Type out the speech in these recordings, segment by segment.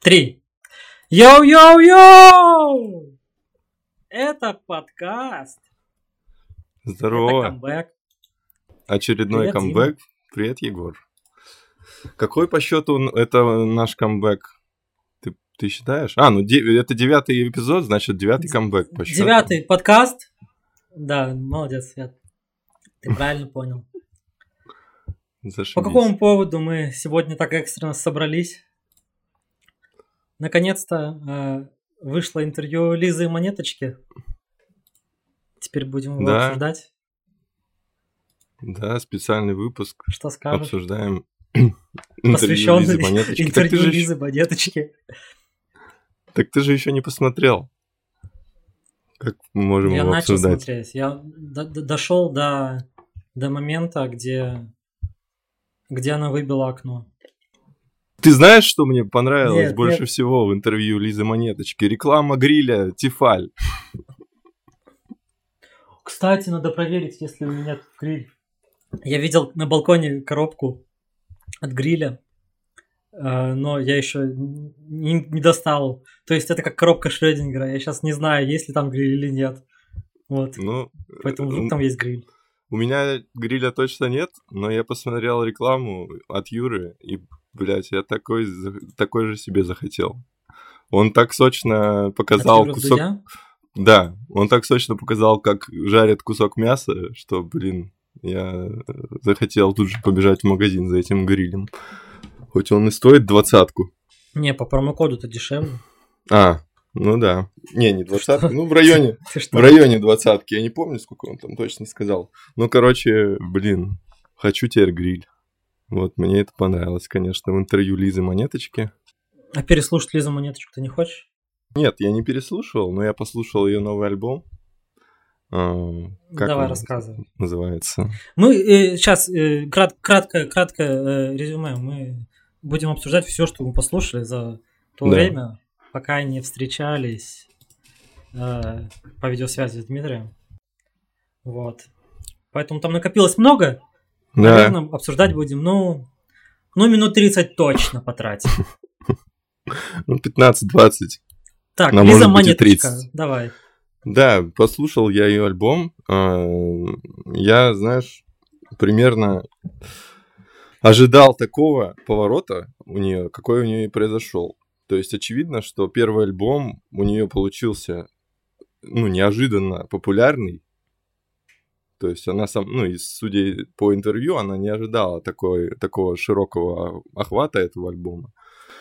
Три. Йоу-йоу-йоу! Это подкаст. Здорово. Это камбэк. Очередной Привет, камбэк. Привет, Егор. Какой по счету это наш камбэк? Ты считаешь? Это 9-й эпизод, значит 9-й камбэк по счету. 9-й подкаст. Да, молодец, Свет. Ты правильно понял. Зашибись. По какому поводу мы сегодня так экстренно собрались? Наконец-то вышло интервью Лизы Монеточки. Теперь будем его обсуждать. Да, специальный выпуск. Что скажешь? Обсуждаем интервью Лизы Монеточки. Интервью Лизы Монеточки. Так ты же еще не посмотрел. Как мы можем его обсуждать? Я начал смотреть. Я дошел до момента, где она выбила окно. Ты знаешь, что мне понравилось больше всего в интервью Лизы Монеточки? Реклама гриля Тефаль. Кстати, надо проверить, если у меня тут гриль. Я видел на балконе коробку от гриля, но я еще не достал. То есть это как коробка Шрёдингера. Я сейчас не знаю, есть ли там гриль или нет. Вот. Поэтому вдруг там есть гриль. У меня гриля точно нет, но я посмотрел рекламу от Юры, и, блядь, я такой же себе захотел. Он так сочно показал кусок... Да, он так сочно показал, как жарят кусок мяса, что, блин, я захотел тут же побежать в магазин за этим грилем. Хоть он и стоит 20-ку. Не, по промокоду-то дешевле. Ну да. Не 20-ку, ну в районе 20-ки. Я не помню, сколько он там точно сказал. Ну, короче, блин, хочу теперь гриль. Вот, мне это понравилось, конечно, в интервью Лизы Монеточки. А переслушать Лизу Монеточку ты не хочешь? Нет, я не переслушивал, но я послушал ее новый альбом. Как Давай, рассказывай. Называется? Мы сейчас краткое резюме. Мы будем обсуждать все, что мы послушали за то время, пока не встречались по видеосвязи с Дмитрием. Вот. Поэтому там накопилось много. Да. Наверное, обсуждать будем, минут 30 точно потратим. 15-20. Так, Лиза Монеточка, давай. Да, послушал я ее альбом. Я, знаешь, примерно ожидал такого поворота у нее, какой у нее и произошел. То есть очевидно, что первый альбом у нее получился, неожиданно популярный. То есть она судя по интервью, она не ожидала такого широкого охвата этого альбома,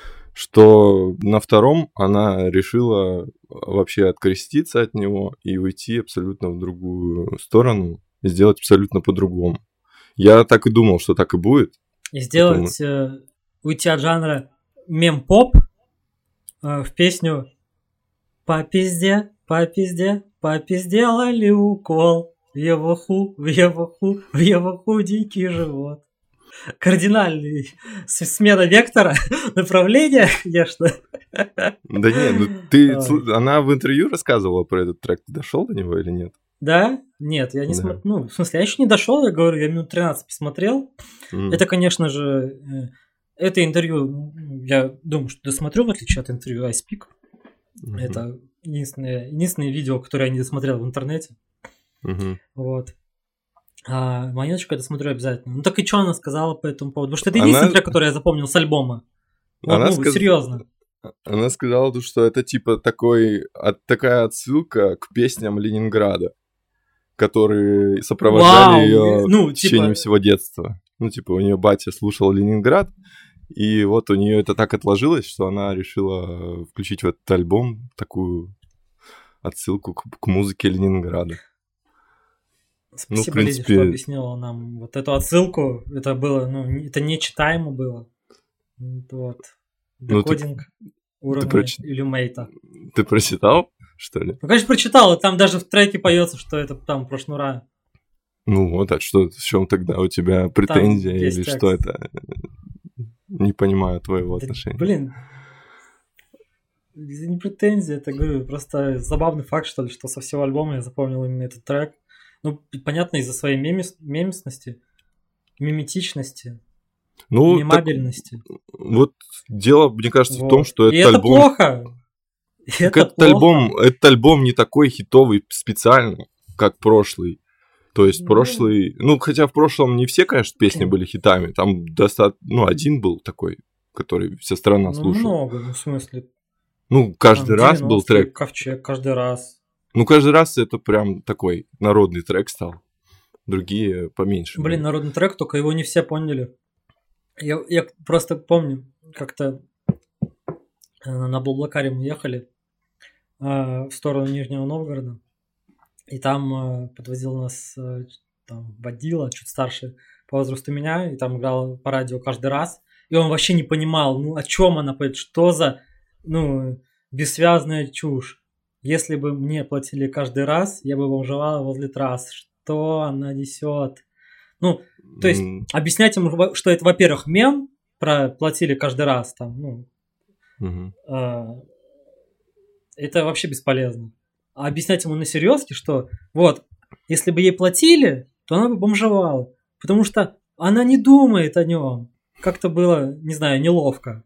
что на втором она решила вообще откреститься от него и уйти абсолютно в другую сторону, и сделать абсолютно по-другому. Я так и думал, что так и будет. И сделать, уйти от жанра мем-поп в песню «По пизде, сделали укол в его худенький живот». Кардинальная смена вектора, направления, конечно. Да нет, она в интервью рассказывала про этот трек. Ты дошел до него или нет? Да? Нет, я не смотрел. В смысле, я еще не дошел, я говорю, я минут 13 посмотрел. Это, конечно же, это интервью, я думаю, что досмотрю, в отличие от интервью iSpeak. Это единственное видео, которое я не досмотрел в интернете. Вот. А Монеточку я досмотрю обязательно. Ну так и что она сказала по этому поводу? Потому что это единственный трек, который я запомнил с альбома. Серьезно. Она сказала, что это типа такая отсылка к песням Ленинграда, которые сопровождали ее в течение всего детства. У нее батя слушал Ленинград, и вот у нее это так отложилось, что она решила включить в этот альбом такую отсылку к музыке Ленинграда. Спасибо, Лизе, что объяснила нам вот эту отсылку. Это было, это нечитаемо было. Вот. Декодинг уровня Иллюмейта. Ты прочитал, что ли? Конечно, прочитал. Там даже в треке поется, что это там про шнура. А что, в чем тогда у тебя претензия или текст. Что это? Не понимаю твоего отношения. Блин, это не претензия, это, говорю, просто забавный факт, что ли, что со всего альбома я запомнил именно этот трек. Понятно, из-за своей мемисности, миметичности. Ну, мемабельности. Вот дело, мне кажется, в том, что и это альбом... плохо. Этот альбом не такой хитовый специально, как прошлый. То есть прошлый... Ну, хотя в прошлом не все, конечно, песни были хитами. Там достаточно... один был такой, который вся страна слушала. Много, в смысле. Ну, каждый раз был трек. Ковчег, каждый раз. Ну, каждый раз это прям такой народный трек стал. Другие поменьше. Блин, народный трек, только его не все поняли. Я просто помню, как-то на Блаблакаре мы ехали в сторону Нижнего Новгорода, и там подвозил нас там водила, чуть старше по возрасту меня, и там играл по радио каждый раз, и он вообще не понимал, ну, о чем она поет, что за, ну, бессвязная чушь. Если бы мне платили каждый раз, я бы бомжевала возле трасс. Что она несет? Ну, то есть, объяснять ему, что это, во-первых, мем, про платили каждый раз, там, ну, это вообще бесполезно. А объяснять ему на серьезке, что вот, если бы ей платили, то она бы бомжевала, потому что она не думает о нем. Как-то было, не знаю, неловко.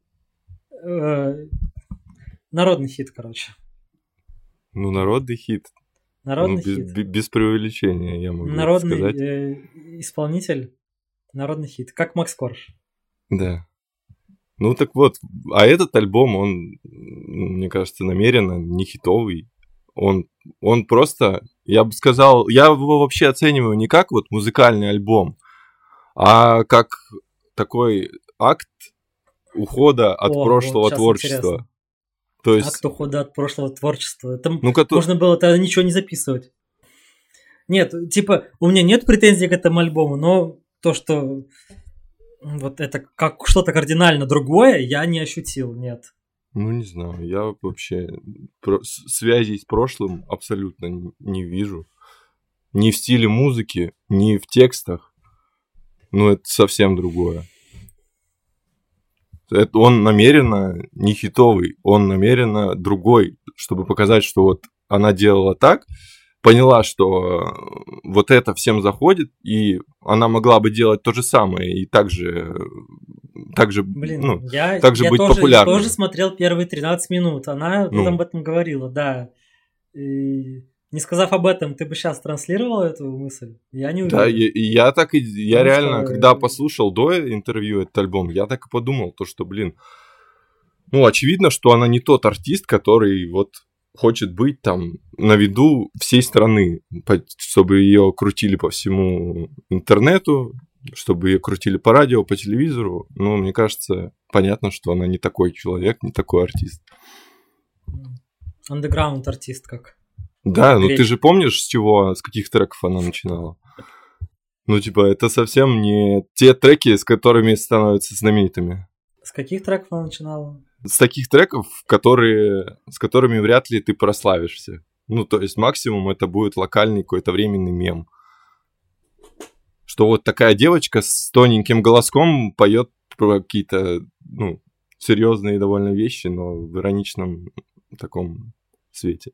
Народный хит, короче. Ну, народный хит. Народный хит. Без преувеличения, я могу народный сказать. Исполнитель, народный хит. Как Макс Корж. Да. Ну, так вот. А этот альбом, он, мне кажется, намеренно не хитовый. Он просто, я бы сказал, я его вообще оцениваю не как вот музыкальный альбом, а как такой акт ухода от прошлого творчества. Интересно. То есть... Акт ухода от прошлого творчества. Там можно было тогда ничего не записывать. Нет, типа, у меня нет претензий к этому альбому, но то, что вот это как что-то кардинально другое, я не ощутил, нет. Ну, не знаю, я вообще связей с прошлым абсолютно не вижу. Ни в стиле музыки, ни в текстах. Ну, это совсем другое. Он намеренно не хитовый, он намеренно другой, чтобы показать, что вот она делала так, поняла, что вот это всем заходит, и она могла бы делать то же самое, и также Блин, ну, я быть популярной. Я тоже смотрел первые 13 минут, она об этом говорила, да. И не сказав об этом, ты бы сейчас транслировал эту мысль? Я не уверен. Да, я реально, когда послушал до интервью этот альбом, я так и подумал, то что, блин, ну, очевидно, что она не тот артист, который вот хочет быть там на виду всей страны, чтобы ее крутили по всему интернету, чтобы ее крутили по радио, по телевизору. Ну, мне кажется, понятно, что она не такой человек, не такой артист. Андеграунд артист как. Да, ну ты же помнишь, с каких треков она начинала? Ну, типа, это совсем не те треки, с которыми становятся знаменитыми. С каких треков она начинала? С таких треков, с которыми вряд ли ты прославишься. Ну, то есть максимум это будет локальный какой-то временный мем. Что вот такая девочка с тоненьким голоском поет про какие-то, ну, серьезные довольно вещи, но в ироничном таком свете.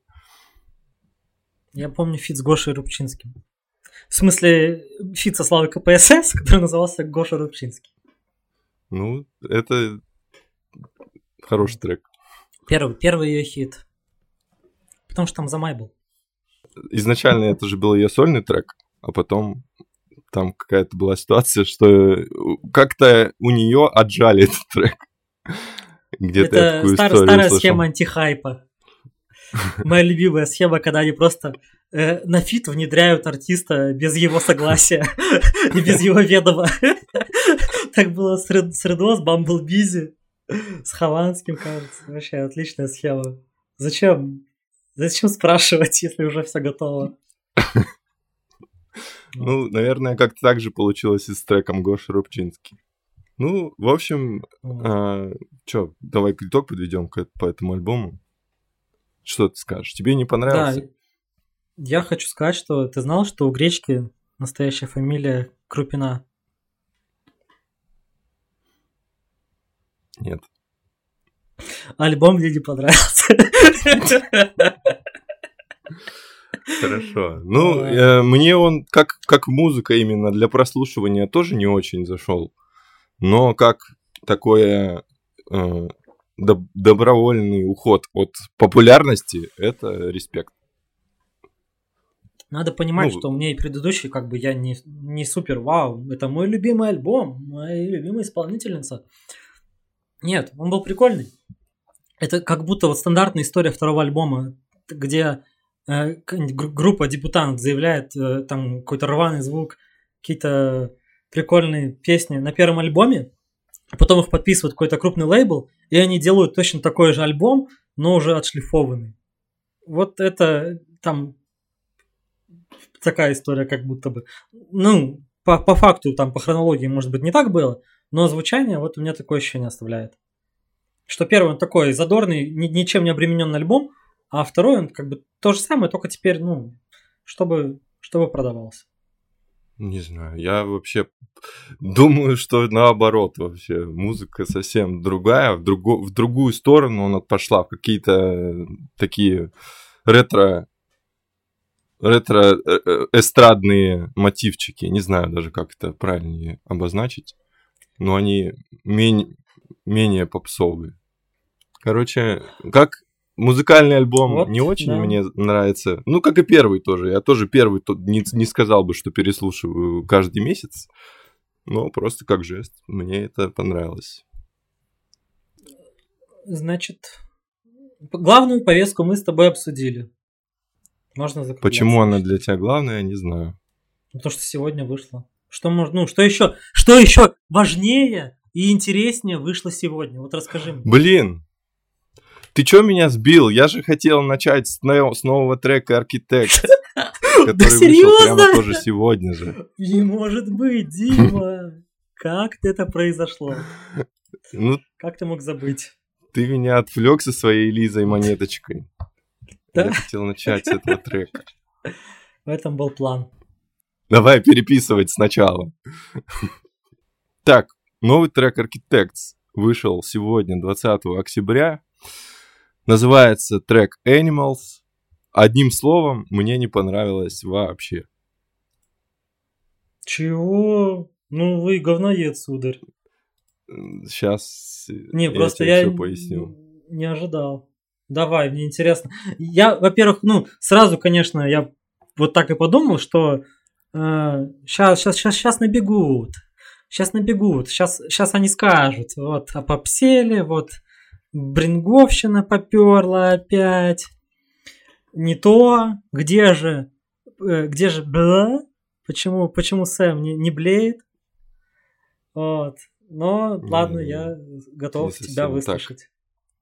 Я помню фит с Гошей Рубчинским. В смысле, фит со Славой КПСС, который назывался Гоша Рубчинский. Ну, это хороший трек. Первый ее хит. Потому что там Замай был. Изначально это же был ее сольный трек, а потом там какая-то была ситуация, что как-то у нее отжали этот трек. Где-то я такую историю старая слышал. Схема антихайпа. Моя любимая схема, когда они просто на фит внедряют артиста без его согласия и без его ведома. Так было с Редо, с Бамблбизи, с Хованским, кажется. Вообще отличная схема. Зачем спрашивать, если уже все готово? Ну, наверное, как-то так же получилось и с треком Гоша Рубчинский. Ну, в общем, что, давай итог подведем по этому альбому. Что ты скажешь? Тебе не понравился? Да, я хочу сказать, что ты знал, что у Гречки настоящая фамилия Крупина? Нет. Альбом мне не понравился. Хорошо. Ну, мне он как музыка именно для прослушивания тоже не очень зашел. Но как такое добровольный уход от популярности, это респект. Надо понимать, что у меня и предыдущий, как бы я не супер вау, это мой любимый альбом, моя любимая исполнительница. Нет, он был прикольный. Это как будто вот стандартная история второго альбома, где группа дебютант заявляет там какой-то рваный звук, какие-то прикольные песни на первом альбоме, а потом их подписывают какой-то крупный лейбл, и они делают точно такой же альбом, но уже отшлифованный. Вот это там такая история, как будто бы. Ну, по факту, там, по хронологии, может быть, не так было, но звучание вот у меня такое ощущение оставляет. Что первый он такой задорный, ничем не обремененный альбом, а второй он как бы то же самое, только теперь, ну, чтобы продавался. Не знаю, я вообще думаю, что наоборот вообще. Музыка совсем другая, в другую сторону она пошла, в какие-то такие ретро-эстрадные мотивчики. Не знаю даже, как это правильнее обозначить, но они менее попсовые. Короче, как музыкальный альбом вот, не очень мне нравится. Ну, как и первый тоже. Я тоже первый не сказал бы, что переслушиваю каждый месяц. Но просто как жест. Мне это понравилось. Значит, главную повестку мы с тобой обсудили. Можно закругляться. Почему она для тебя главная, я не знаю. Потому что сегодня вышло. Что еще важнее и интереснее вышло сегодня? Вот расскажи мне. Блин! Ты чё меня сбил? Я же хотел начать с нового трека Architect, который вышел прямо тоже сегодня же. Не может быть, Дима! Как это произошло? Как ты мог забыть? Ты меня отвлек со своей Лизой монеточкой. Да? Я хотел начать с этого трека. В этом был план. Давай переписывать сначала. Так, новый трек Architects вышел сегодня, 20 октября. Называется трек Animals. Одним словом, мне не понравилось вообще. Чего? Ну вы говноед, сударь. Сейчас я просто тебе все поясню. Не ожидал. Давай, мне интересно. Я, во-первых, сразу, конечно, я вот так и подумал, что сейчас набегут. Сейчас они скажут. Вот, попсели, вот. Бринговщина поперла опять. Не то. Где же бла? Почему Сэм не блеет? Вот. Но ладно, я готов тебя выслушать.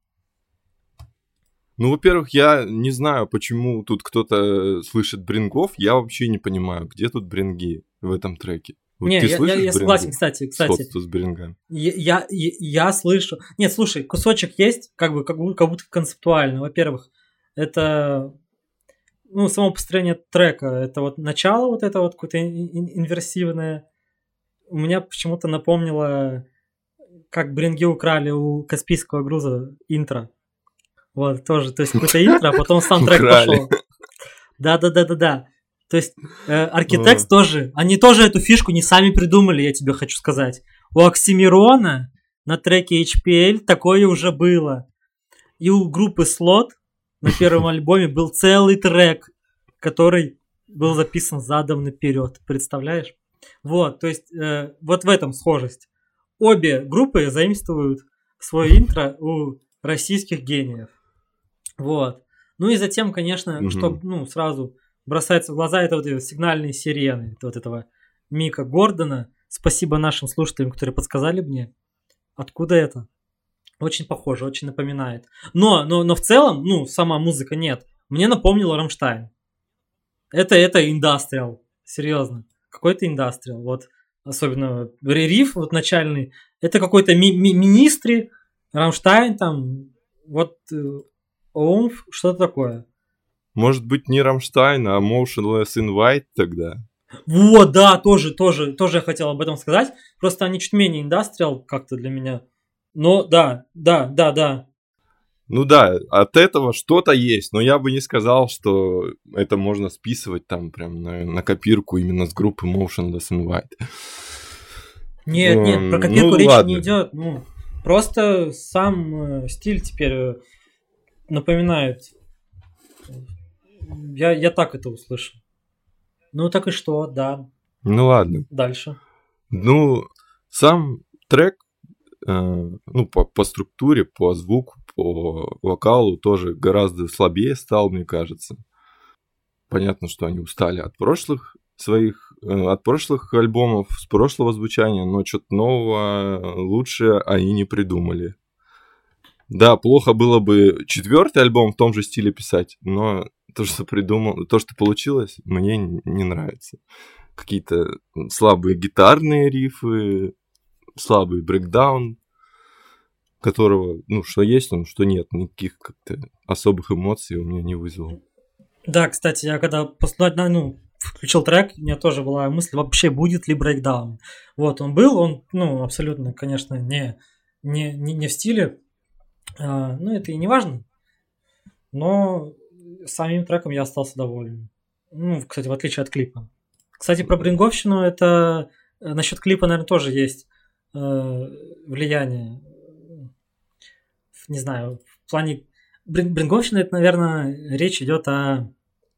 Ну, во-первых, я не знаю, почему тут кто-то слышит брингов. Я вообще не понимаю, где тут бринги в этом треке. Вот не, я согласен, кстати. Сходство с брингами. Я слышу. Нет, слушай, кусочек есть, как будто концептуально. Во-первых, это само построение трека. Это вот начало вот это вот какое-то инверсивное. У меня почему-то напомнило, как бринги украли у Каспийского груза интро. Вот, тоже. То есть какое-то интро, а потом сам трек пошел. Да. То есть Architects тоже, они тоже эту фишку не сами придумали, я тебе хочу сказать. У Оксимирона на треке HPL такое уже было. И у группы Slot на первом альбоме был целый трек, который был записан задом наперед. Представляешь? Вот, то есть вот в этом схожесть. Обе группы заимствуют свое интро у российских гениев. Вот. Ну и затем, конечно, что сразу бросается в глаза, это вот эти сигнальные сирены вот этого Мика Гордона. Спасибо нашим слушателям, которые подсказали мне, откуда это. Очень похоже, очень напоминает. Но в целом, сама музыка нет. Мне напомнило Рамштайн. Это индастриал. Серьезно. Какой-то индастриал. Вот. Особенно риф вот начальный. Это какой-то министри, Рамштайн там. Вот Омф, что-то такое. Может быть, не Рамштайн, а Motionless in White тогда? Вот, да, тоже я хотел об этом сказать. Просто они чуть менее индастриал как-то для меня. Но да. Ну да, от этого что-то есть, но я бы не сказал, что это можно списывать там прям на копирку именно с группы Motionless in White. Нет, про копирку речи не идет. Ну, просто сам стиль теперь напоминает. Я так это услышал. Ну так и что, да. Ну ладно. Дальше. Ну, сам трек, ну, по структуре, по звуку, по вокалу тоже гораздо слабее стал, мне кажется. Понятно, что они устали от прошлых альбомов, с прошлого звучания, но что-то нового лучше они не придумали. Да, плохо было бы 4-й альбом в том же стиле писать, но то, что получилось, мне не нравится. Какие-то слабые гитарные рифы, слабый брейкдаун, которого, ну, что есть, он, что нет, никаких как-то особых эмоций у меня не вызвал. Да, кстати, я когда включил трек, у меня тоже была мысль, вообще будет ли брейкдаун. Вот, он был, ну, абсолютно, конечно, не в стиле, ну, это и не важно, но самим треком я остался доволен. Ну, кстати, в отличие от клипа. Кстати, про бринговщину, это насчет клипа, наверное, тоже есть влияние. Не знаю, в плане бринговщины, это, наверное, речь идет о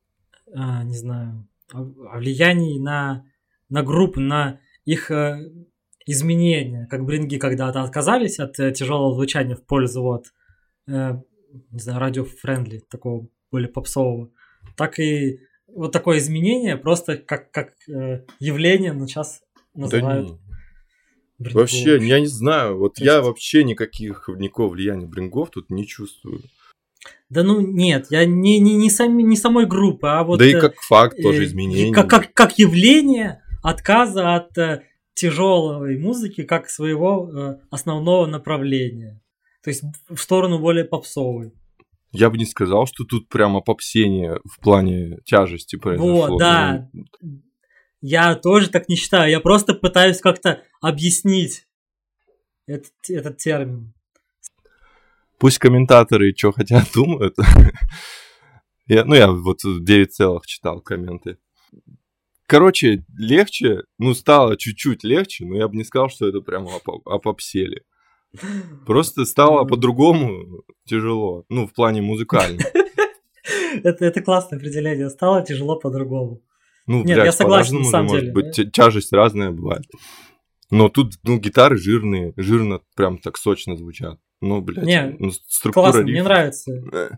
влиянии на группы, на их изменения, как бринги когда-то отказались от тяжелого звучания в пользу радио-френдли, такого более попсового, так и вот такое изменение просто как явление, но сейчас называют. Да вообще, я не знаю, вот я вообще никакого влияния брингов тут не чувствую. Да ну нет, я не самой группы, а вот... Да и как факт тоже изменений. Как явление отказа от тяжелой музыки как своего основного направления. То есть в сторону более попсовой. Я бы не сказал, что тут прямо попсение в плане тяжести произошло. Вот, да. Я тоже так не считаю. Я просто пытаюсь как-то объяснить этот термин. Пусть комментаторы что хотят думают. Я вот 9 целых читал комменты. Короче, легче, стало чуть-чуть легче, но я бы не сказал, что это прямо опопсели. Просто стало по-другому тяжело, в плане музыкальном. Это классное определение. Стало тяжело по-другому. Нет, я согласен, на самом деле. Может быть, тяжесть разная бывает. Но тут, гитары жирно прям так сочно звучат. Структура классно, рифа. мне нравится.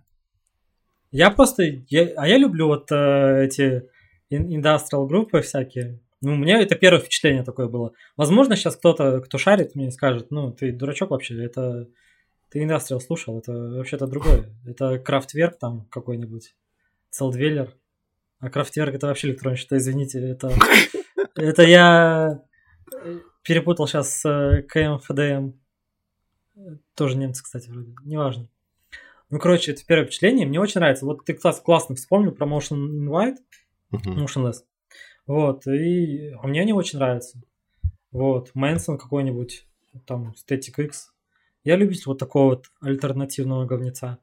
Я люблю вот эти индастриал группы всякие. У меня это первое впечатление такое было. Возможно, сейчас кто-то, кто шарит, мне скажет, ты дурачок вообще, это ты индастриал слушал, это вообще-то другое. Это Крафтверк там какой-нибудь, Целдвеллер. А Крафтверк это вообще электронщина, извините, это я перепутал сейчас с КМФДМ. Тоже немцы, кстати, вроде. Неважно. Это первое впечатление. Мне очень нравится. Вот ты классно вспомнил про Motion in White, Motionless. Вот. А мне они очень нравятся. Вот. Мэнсон какой-нибудь, там, Static X. Я любитель вот такого вот альтернативного говнеца.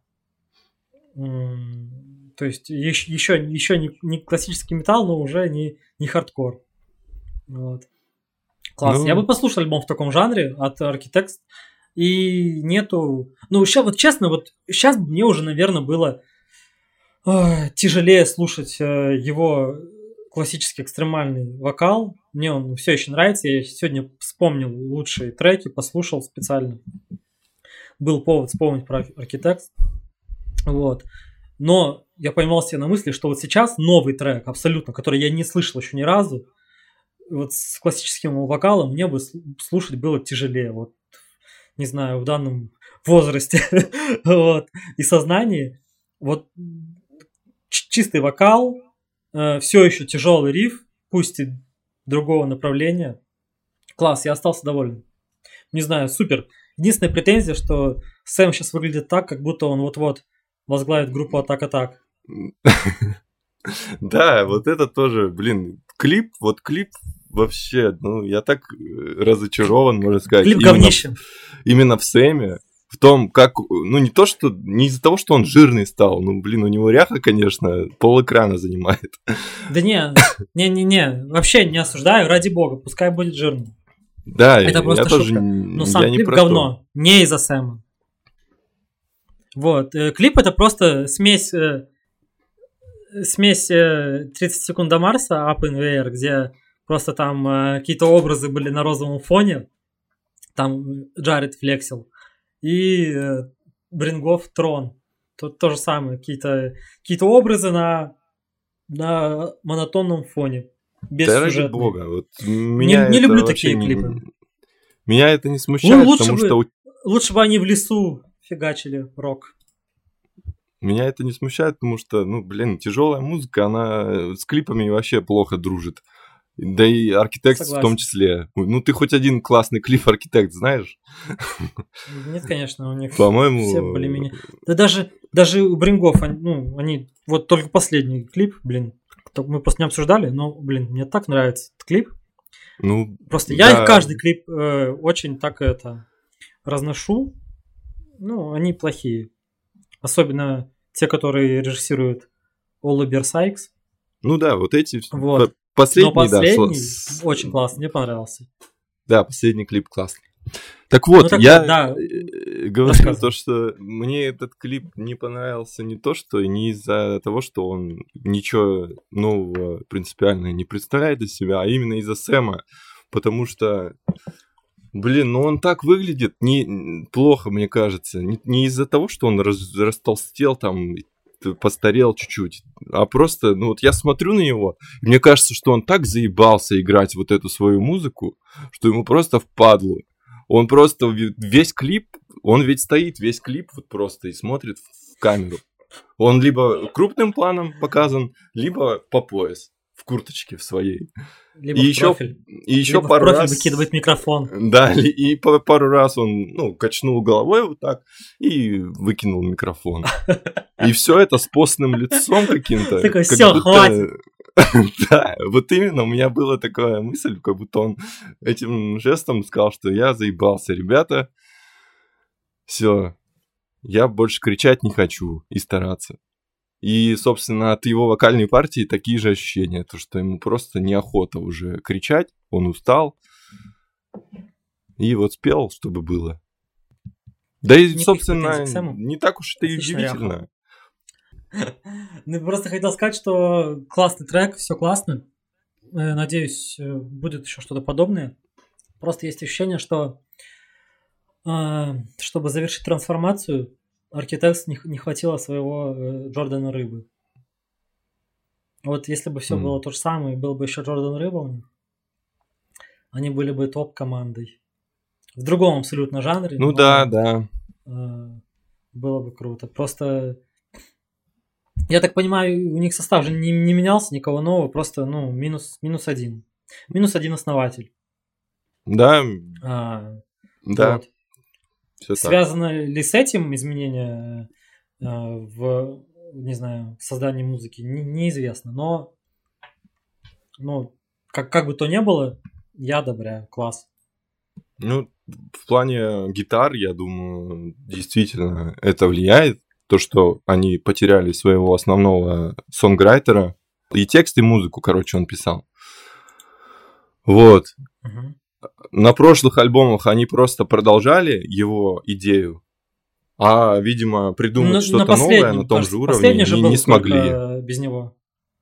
То есть еще не классический металл, но уже не хардкор. Вот. Класс. Я бы послушал альбом в таком жанре от Architects. И нету... сейчас, вот честно, сейчас мне уже, наверное, было тяжелее слушать его классический экстремальный вокал. Мне он все еще нравится. Я сегодня вспомнил лучшие треки, послушал специально. Был повод вспомнить про Architects. Вот. Но я поймал себя на мысли, что вот сейчас новый трек, абсолютно, который я не слышал еще ни разу, вот с классическим вокалом мне бы слушать было тяжелее. Вот. Не знаю, в данном возрасте вот, и сознании. Вот чистый вокал, все еще тяжелый риф, пусть и другого направления. Класс, я остался доволен. Не знаю, супер. Единственная претензия, что Сэм сейчас выглядит так, как будто он вот-вот возглавит группу Атак-Атак. Да, вот это тоже, клип вообще, я так разочарован, можно сказать. Клип говнище. Именно в Сэме, в том, как, не из-за того, что он жирный стал, у него ряха, конечно, пол-экрана занимает. Да не, вообще не осуждаю, ради бога, пускай будет жирным. Да, Это я просто тоже, шутка. Но сам я не клип про то. говно. Не из-за Сэма. Вот. Клип это просто смесь 30 секунд до Марса, Up in the Air, где просто там какие-то образы были на розовом фоне. Там Джаред флексил. И Брингов Трон. Тут то же самое. Какие-то образы на монотонном фоне. Без Да ради сюжетной. бога, вот меня Не это люблю вообще такие клипы. Меня это не смущает, Лучше потому что лучше бы они в лесу фигачили рок. меня это не смущает, потому что, тяжелая музыка, она с клипами вообще плохо дружит. Да и Architects в том Согласен. числе. Ну, ты хоть один классный клип Architects знаешь? Нет, конечно, у них По-моему... все более-менее... Да даже у Брингов, они... Вот только последний клип, мы просто не обсуждали, но, мне так нравится этот клип. Ну, Просто я их каждый клип очень так разношу. Они плохие. Особенно те, которые режиссирует Оливер Сайкс. Ну да, вот эти... Вот. Последний, но последний да, очень классный, мне понравился. Да, последний клип классный. Так вот, говорю то, что мне этот клип не понравился не то, что не из-за того, что он ничего нового принципиально не представляет из себя, а именно из-за Сэма. Потому что, он так выглядит плохо, мне кажется. Не из-за того, что он растолстел там, постарел чуть-чуть, а просто, я смотрю на него, и мне кажется, что он так заебался играть вот эту свою музыку, что ему просто впадлу. Он просто весь клип, он ведь стоит весь клип вот просто и смотрит в камеру. Он либо крупным планом показан, либо по пояс в курточке в своей. Либо в профиль. И еще либо пару в профиль раз выкидывает микрофон. Да, и пару раз он, качнул головой вот так и выкинул микрофон. И все это с постным лицом каким-то. Такой, все, хватит. Да, вот именно у меня была такая мысль, как будто он этим жестом сказал, что я заебался, ребята. Все, я больше кричать не хочу и стараться. И, собственно, от его вокальной партии такие же ощущения, то что ему просто неохота уже кричать, он устал. И вот спел, чтобы было. Да и, собственно, не так уж это и удивительно. Просто хотел сказать, что классный трек, все классно. Надеюсь, будет еще что-то подобное. Просто есть ощущение, что чтобы завершить трансформацию, Architects не хватило своего Джордана Рыбы. Вот если бы все было то же самое, был бы еще Джордан Рыба у них, они были бы топ-командой. В другом абсолютно жанре. Да. Было бы круто. Просто, я так понимаю, у них состав же не менялся, никого нового, просто, минус один. Минус один основатель. Да. Да. Вот. Связано ли с этим изменение в, не знаю, создании музыки, неизвестно. Но как бы то ни было, я одобряю. Класс. В плане гитар, я думаю, действительно это влияет. То, что они потеряли своего основного сонграйтера. И текст, и музыку, он писал. Вот. Угу. На прошлых альбомах они просто продолжали его идею, а, видимо, придумать что-то новое на том же уровне не смогли. Без него.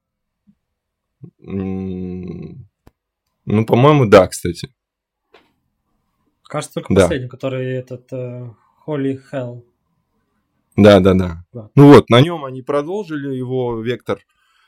По-моему, да, кстати. Кажется, только последний, который этот Holy Hell. Да. На нем они продолжили его вектор.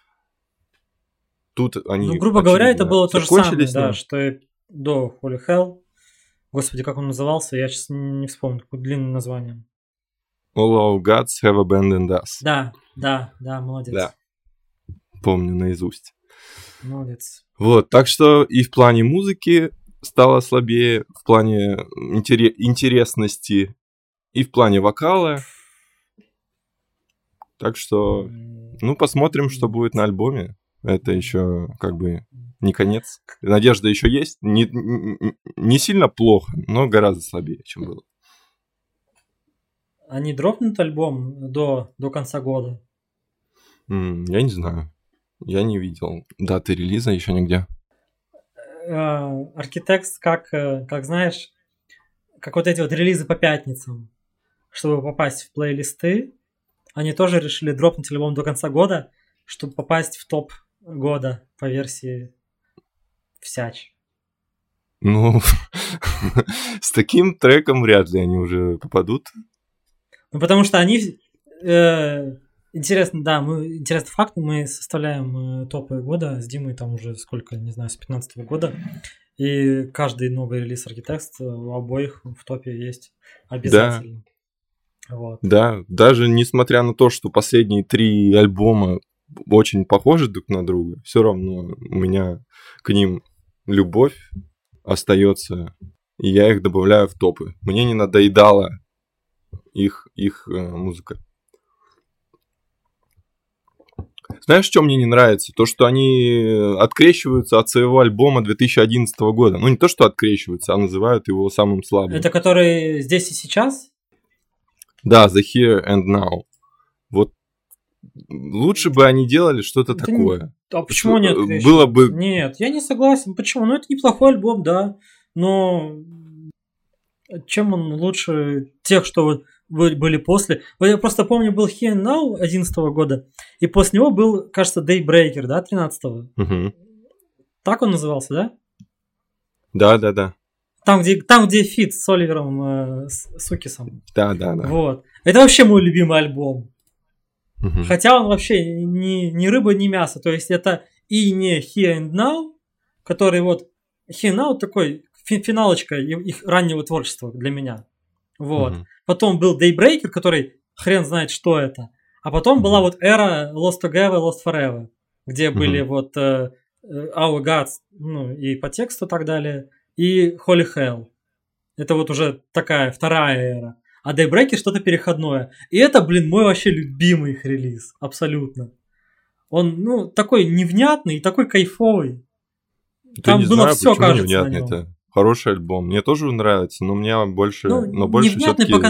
Тут они. Грубо говоря, это было то же самое, да, что и до Holy Hell. Господи, как он назывался, я сейчас не вспомню, какое длинное название. All our gods have abandoned us. Да, молодец. Да, помню наизусть. Молодец. Вот, так что и в плане музыки стало слабее, в плане интересности, и в плане вокала. Так что, посмотрим, что будет на альбоме. Это еще не конец. Надежда еще есть. Не сильно плохо, но гораздо слабее, чем было. Они дропнут альбом до конца года? Я не знаю. Я не видел даты релиза еще нигде. Architects, как знаешь, как вот эти вот релизы по пятницам, чтобы попасть в плейлисты, они тоже решили дропнуть альбом до конца года, чтобы попасть в топ года по версии всяч. Ну, с таким треком вряд ли они уже попадут. Ну, потому что они... Интересно, да, интересный факт, мы составляем топы года с Димой там уже сколько, не знаю, с 15-го года. И каждый новый релиз Architects у обоих в топе есть обязательно. Да. Вот. Да, даже несмотря на то, что последние 3 альбома очень похожи друг на друга, все равно у меня к ним любовь остается, и я их добавляю в топы. Мне не надоедала их музыка. Знаешь, что мне не нравится? То, что они открещиваются от своего альбома 2011 года. Ну, не то, что открещиваются, а называют его самым слабым. Это который «Здесь и сейчас»? Да, The Here and Now. Вот лучше бы они делали что-то такое. А почему они открещиваются? Было бы... Нет, я не согласен. Почему? Ну, это неплохой альбом, да. Но чем он лучше тех, что были после? Я просто помню, был Here and Now 2011 года, и после него был, кажется, Daybreaker, да, 13-го. Угу. Так он назывался, да? Да. Там, где фит с Оливером Сукисом. Да. Вот. Это вообще мой любимый альбом. Угу. Хотя он вообще ни рыба, ни мясо. То есть это и не Here and Now, который вот... Here and Now такой финалочка их раннего творчества для меня. Вот. Угу. Потом был Daybreaker, который хрен знает, что это. А потом была вот эра Lost Together, Lost Forever, где были вот Our Gods, ну и по тексту и так далее, и Holy Hell. Это вот уже такая вторая эра. А Daybreaker что-то переходное. И это, мой вообще любимый их релиз. Абсолютно. Он, ну, такой невнятный и такой кайфовый. Там было все, кажется, на нем. Это хороший альбом. Мне тоже нравится, но мне больше... но больше невнятный по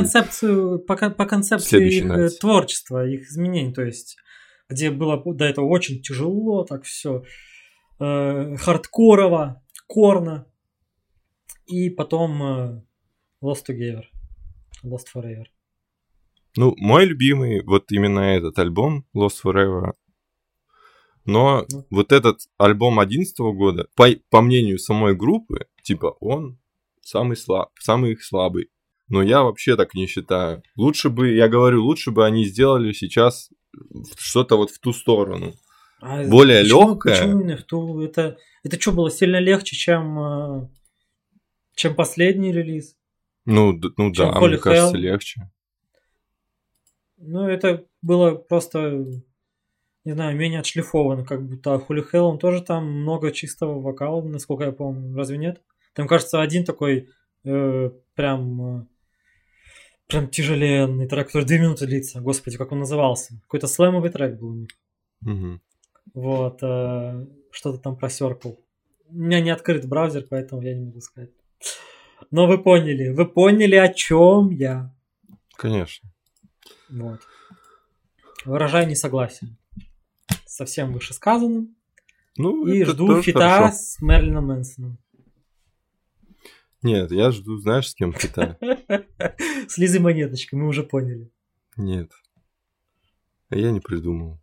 концепции их творчества, их изменений. То есть, где было до этого очень тяжело, так все хардкорово, корно. И потом Lost Together, Lost Forever. Ну, мой любимый вот именно этот альбом Lost Forever. Но вот этот альбом 2011 года, по мнению самой группы, типа он самый слабый. Но я вообще так не считаю. Лучше бы они сделали сейчас что-то вот в ту сторону. Более легкое. Почему именно в ту? Это что, было сильно легче, чем последний релиз? Ну да, мне кажется, легче. Ну, это было просто... не знаю, менее отшлифован, как будто Holy Hell, он тоже там много чистого вокала, насколько я помню, разве нет? Там, кажется, один такой прям тяжеленный трек, который 2 минуты длится, господи, как он назывался? Какой-то слэмовый трек был у них. Угу. Вот, что-то там просеркал. У меня не открыт браузер, поэтому я не могу сказать. Но вы поняли, о чем я. Конечно. Вот. Выражаю несогласие со всем вышесказанным. Ну, и жду фита с Мерлином Мэнсоном. Нет, я жду, знаешь, с кем фита? С Лизой Монеточкой, мы уже поняли. Нет. Я не придумал.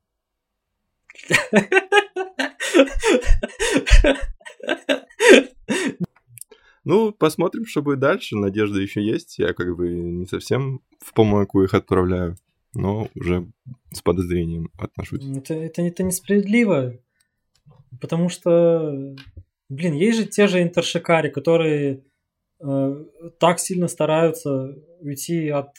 Ну, посмотрим, что будет дальше. Надежда еще есть. Я как бы не совсем в помойку их отправляю, но уже с подозрением отношусь. Это несправедливо. Потому что, есть же те же интершикари, которые так сильно стараются уйти от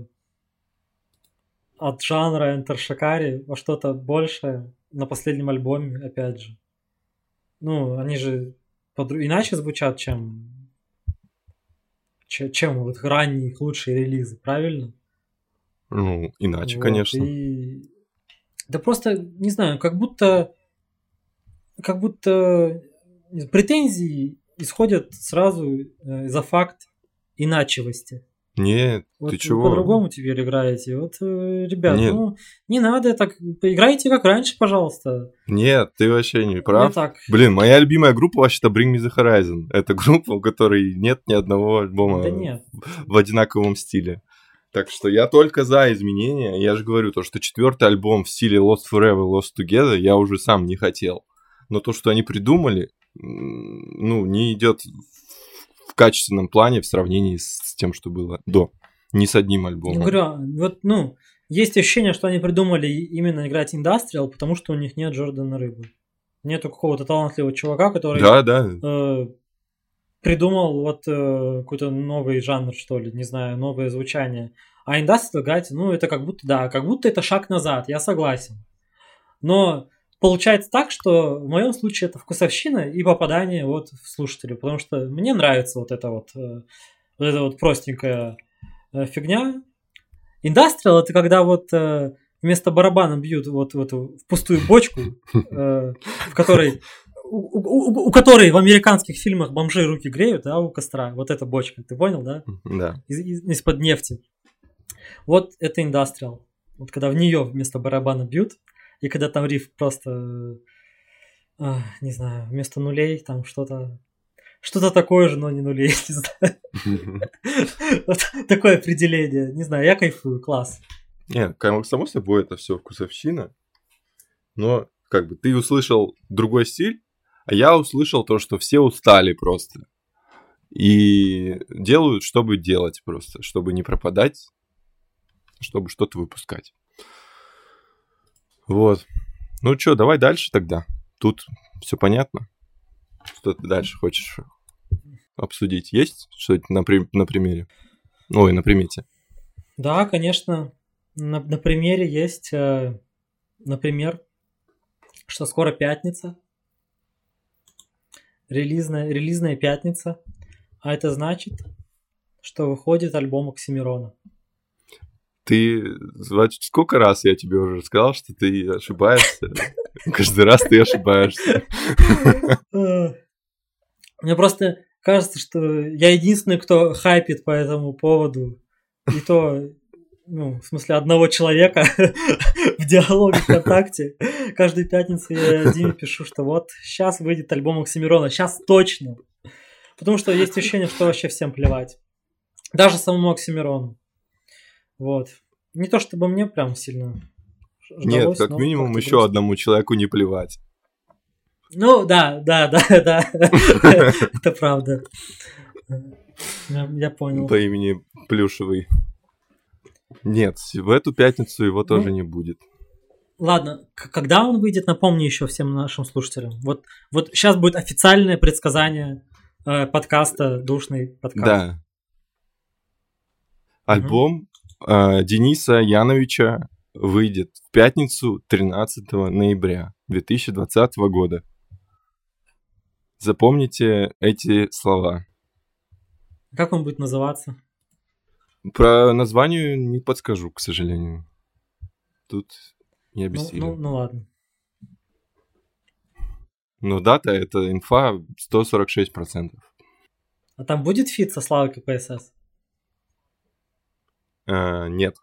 жанра интершикари во что-то большее на последнем альбоме, опять же. Ну, они же иначе звучат, чем вот ранние их лучшие релизы, правильно? Ну, иначе, вот, конечно. Да просто, не знаю, как будто претензии исходят сразу за факт иначевости. Нет, вот ты вы чего? по-другому теперь играете. Вот, ребят, Нет. ну, не надо так. Играйте как раньше, пожалуйста. Нет, ты вообще не Не прав. так. Блин, моя любимая группа вообще-то Bring Me The Horizon. Это группа, у которой нет ни одного альбома Да нет. в одинаковом стиле. Так что я только за изменения. Я же говорю, то, что 4-й альбом в стиле Lost Forever, Lost Together я уже сам не хотел. Но то, что они придумали, ну, не идет в качественном плане в сравнении с тем, что было до. Ни с одним Я альбомом. говорю, вот, ну, есть ощущение, что они придумали именно играть Industrial, потому что у них нет Джордана Рыбы. Нету какого-то талантливого чувака, который Да. придумал вот какой-то новый жанр, что ли, не знаю, новое звучание. А Industrial играть, ну, это как будто, да, как будто это шаг назад, я согласен. Но получается так, что в моем случае это вкусовщина и попадание вот в слушателя, потому что мне нравится вот эта вот простенькая фигня. Индастриал это когда вот вместо барабана бьют вот в эту в пустую бочку, в которой у которой в американских фильмах бомжи руки греют, да, у костра. Вот эта бочка, ты понял, да? Да. Из-под нефти. Вот это индастриал. Вот когда в нее вместо барабана бьют, и когда там риф просто, не знаю, вместо нулей там что-то такое же, но не нулей, не знаю. Вот такое определение. Не знаю, я кайфую, класс. Нет, само собой, это все вкусовщина. Но как бы ты услышал другой стиль, а я услышал то, что все устали просто. И делают, чтобы делать просто. Чтобы не пропадать, чтобы что-то выпускать. Вот. Ну что, давай дальше тогда. Тут все понятно. Что ты дальше хочешь обсудить? Есть что-то на примере? Ой, на примете. Да, конечно. На примере есть, например, что скоро пятница. Релизная пятница. А это значит, что выходит альбом Оксимирона. Значит, сколько раз я тебе уже сказал, что ты ошибаешься? Каждый раз ты ошибаешься. Мне просто кажется, что я единственный, кто хайпит по этому поводу. И то, ну, в смысле, одного человека в диалоге ВКонтакте. Каждую пятницу я Диме пишу, что вот сейчас выйдет альбом Оксимирона. Сейчас точно. Потому что есть ощущение, что вообще всем плевать. Даже самому Оксимирону. Вот. Не то чтобы мне прям сильно ждалось. Нет, как минимум еще одному человеку не плевать. Ну, да. Это правда. Я понял. По имени Плюшевый. Нет, в эту пятницу его тоже не будет. Ладно, когда он выйдет, напомни еще всем нашим слушателям. Вот сейчас будет официальное предсказание подкаста «Душный подкаст». Да. Альбом Дениса Яновича выйдет в пятницу 13 ноября 2020 года. Запомните эти слова. Как он будет называться? Про название не подскажу, к сожалению. Тут не объясню. Ну ладно. Но дата — это инфа 146%. А там будет фит со Славой КПСС? Нет.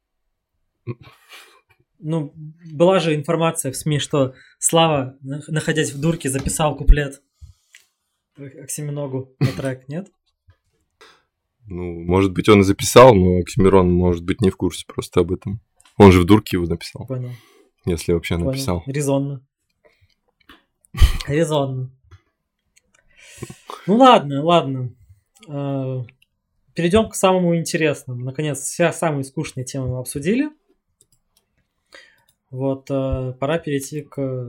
Ну, была же информация в СМИ, что Слава, находясь в дурке, записал куплет Оксиминогу на трек, нет? Ну, может быть, он и записал, но Оксимирон, может быть, не в курсе просто об этом. Он же в дурке его написал. Понял. Если вообще написал. Резонно. Ну ладно. Перейдем к самому интересному. Наконец, все самые скучные темы мы обсудили. Вот, пора перейти к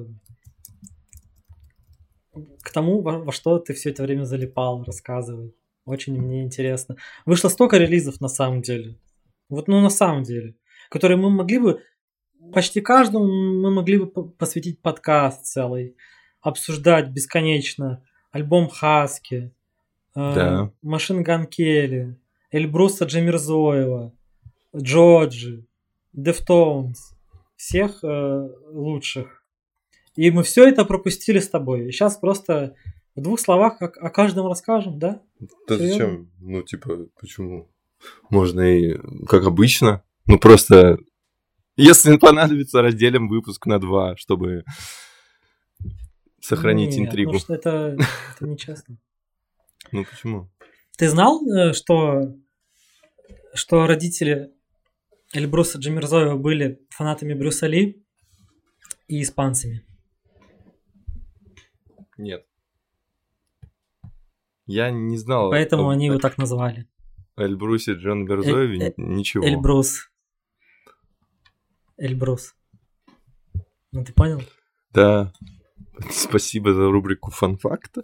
тому, во что ты все это время залипал. Рассказывай. Очень мне интересно. Вышло столько релизов на самом деле. Вот, ну на самом деле. Которые мы могли бы... Почти каждому мы могли бы посвятить подкаст целый. Обсуждать бесконечно. Альбом Хаски. Да. Машин Ган Келли. Эльбруса Джамирзоева. Джоджи. Дефтоунс. Всех лучших. И мы все это пропустили с тобой. И сейчас просто в двух словах о каждом расскажем, да? Да зачем? Ну, типа, почему? Можно и как обычно. Ну, просто, если понадобится, разделим выпуск на 2, чтобы сохранить Нет, интригу. ну что это нечестно. Ну, почему? Ты знал, что родители Эльбруса Джамирзоева были фанатами Брюса Ли и испанцами? Нет. Я не знал Поэтому они его так назвали. Эльбрусе Джамирзоеве ничего. Эльбрус. Ну, ты понял? Да. Спасибо за рубрику фан-факта.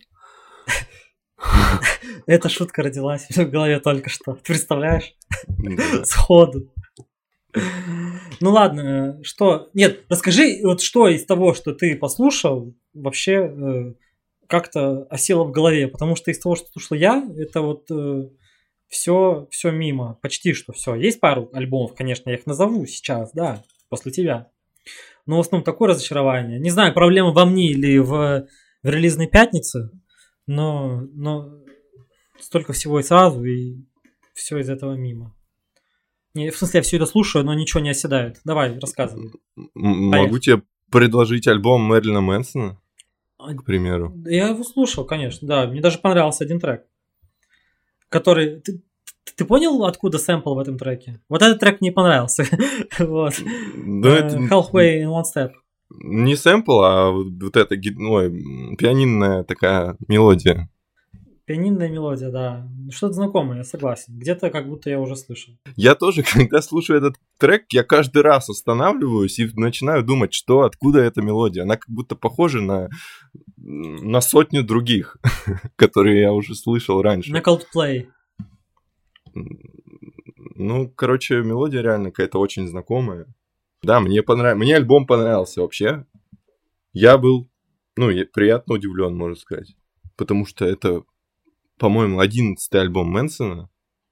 Эта шутка родилась в голове только что. Ты представляешь? Да. Сходу. Ну ладно, что... Нет, расскажи, вот что из того, что ты послушал, вообще как-то осело в голове. Потому что из того, что слушал я, это вот все мимо. Почти что все. Есть пару альбомов, конечно, я их назову сейчас, да, после тебя. Но в основном такое разочарование. Не знаю, проблема во мне или в релизной пятнице, но столько всего и сразу, и все из этого мимо. Не, в смысле, я все это слушаю, но ничего не оседает. Давай, рассказывай. Могу тебе предложить альбом Мэрилина Мэнсона, к примеру. Я его слушал, конечно, да. Мне даже понравился один трек, который... Ты понял, откуда сэмпл в этом треке? Вот этот трек мне понравился. Вот. Halfway in One Step. Не сэмпл, а вот эта пианинная такая мелодия. Пианинная мелодия, да. Что-то знакомое, я согласен. Где-то как будто я уже слышал. Я тоже, когда слушаю этот трек, я каждый раз останавливаюсь и начинаю думать, откуда эта мелодия. Она как будто похожа на сотню других, которые я уже слышал раньше. На Coldplay. Ну, короче, мелодия реально какая-то очень знакомая. Да, мне альбом понравился вообще. Я был, приятно удивлен, можно сказать. Потому что это, по-моему, 11-й альбом Мэнсона.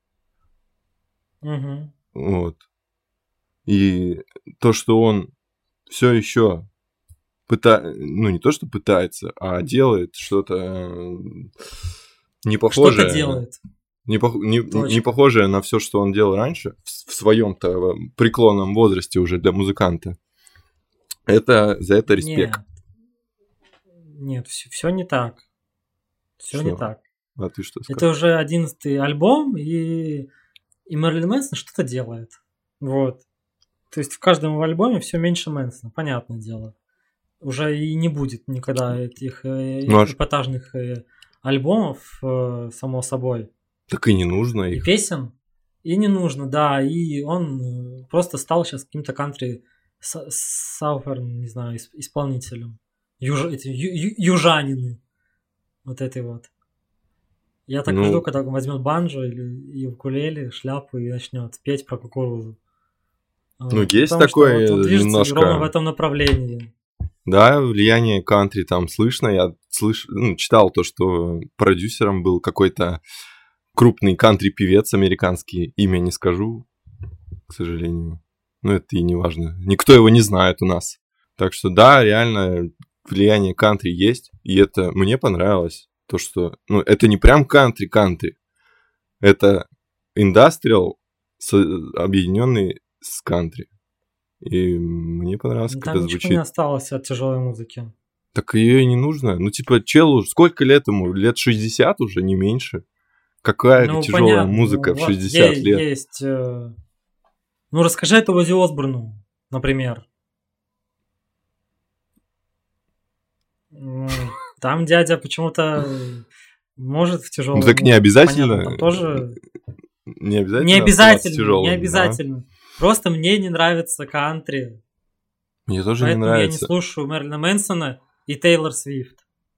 Угу. Вот. И то, что он все еще не то, что пытается, а делает что-то не похожее. Что-то делает. Не похожее на все, что он делал раньше, в своем-то преклонном возрасте уже для музыканта. За это респект. Нет, все не так. Все не так. А ты что скажешь? Это уже 11-й альбом, и Мэрилин Мэнсон что-то делает. Вот. То есть в каждом альбоме все меньше Мэнсона, понятное дело. Уже и не будет никогда этих эпатажных альбомов, само собой. Так и не нужно их. И песен. И не нужно, да. И он просто стал сейчас каким-то кантри сауферн, не знаю, исполнителем. Южанины. Вот этой вот. Я так жду, когда он возьмет банджо или укулеле, шляпу и начнет петь про кукурузу. Есть такое что он движется немножко... ровно в этом направлении. Да, влияние кантри там слышно. Я читал то, что продюсером был какой-то крупный кантри-певец американский. Имя не скажу, к сожалению. Но это и не важно. Никто его не знает у нас. Так что да, реально влияние кантри есть. И это мне понравилось. То, что... это не прям кантри-кантри. Это индастриал, объединенный с кантри. И мне понравилось, как это звучит. Там ничего не осталось от тяжелой музыки. Так ее и не нужно. челу, сколько лет ему? Лет 60 уже, не меньше. Какая тяжелая музыка в 60 лет? Есть... расскажи это Оззи Осборну, например. Там дядя почему-то может в тяжелую так не обязательно. Понятно, там тоже... Не обязательно. Не обязательно. Да? Просто мне не нравится кантри. Мне тоже не нравится. Поэтому я не слушаю Мэрилина Мэнсона и Тейлор Свифт.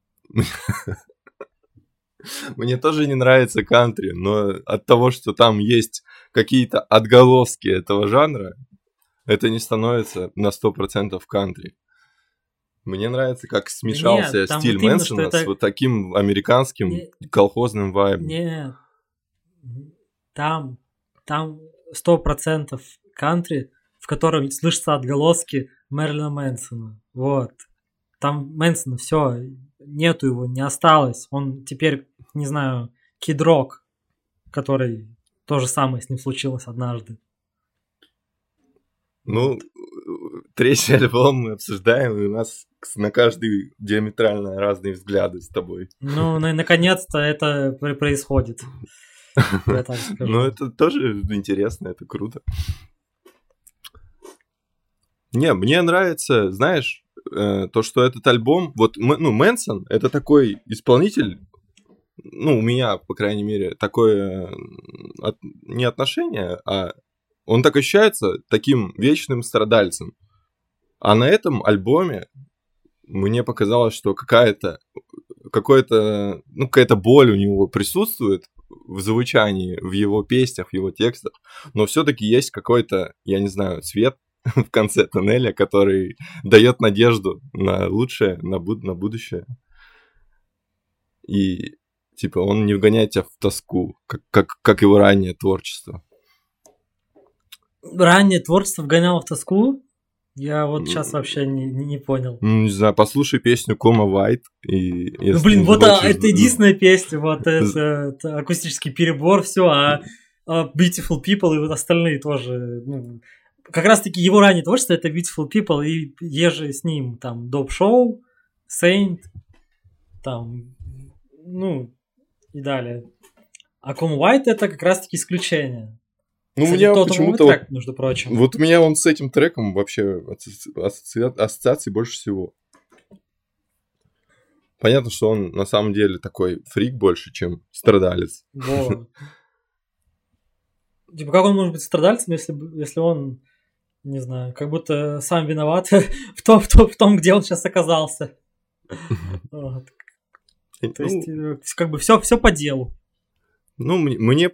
Мне тоже не нравится кантри, но от того, что там есть какие-то отголоски этого жанра, это не становится на 100% кантри. Мне нравится, как смешался стиль Мэнсона с вот таким американским колхозным вайбом. Нет, там 100% кантри, в котором слышатся отголоски Мэрилина Мэнсона. Вот. Там Мэнсона все, нету его, не осталось. Он теперь, не знаю, Кид Рок, который то же самое с ним случилось однажды. Ну, третий альбом мы обсуждаем, и у нас на каждый диаметрально разные взгляды с тобой. Ну, наконец-то это происходит. Я так скажу. Ну, это тоже интересно, это круто. Не, мне нравится, знаешь, то, что этот альбом... Вот, Мэнсон — это такой исполнитель, ну, у меня, по крайней мере, такое не отношение, а он так ощущается таким вечным страдальцем. А на этом альбоме мне показалось, что какая-то боль у него присутствует в звучании, в его песнях, в его текстах, но все-таки есть какой-то, я не знаю, цвет в конце тоннеля, который дает надежду на лучшее, на будущее. И типа он не вгоняет тебя в тоску, как его раннее творчество. Раннее творчество вгоняло в тоску? Я вот сейчас вообще не понял. Не знаю, послушай песню Кома White. Ну, блин, вот это единственная песня, вот это акустический перебор, все, а Beautiful People и вот остальные тоже. Ну, как раз-таки его раннее творчество — это Beautiful People и еже с ним, там, Dope Show, Saint, там, ну, и далее. А Кома White — это как раз-таки исключение. Ну, у меня почему-то трек, между прочим. Вот у меня он с этим треком вообще ассоциаций больше всего. Понятно, что он на самом деле такой фрик больше, чем страдалец. Вот. Типа, как он может быть страдальцем, если он, не знаю, как будто сам виноват в том, где он сейчас оказался. То есть, как бы все по делу. Ну, мне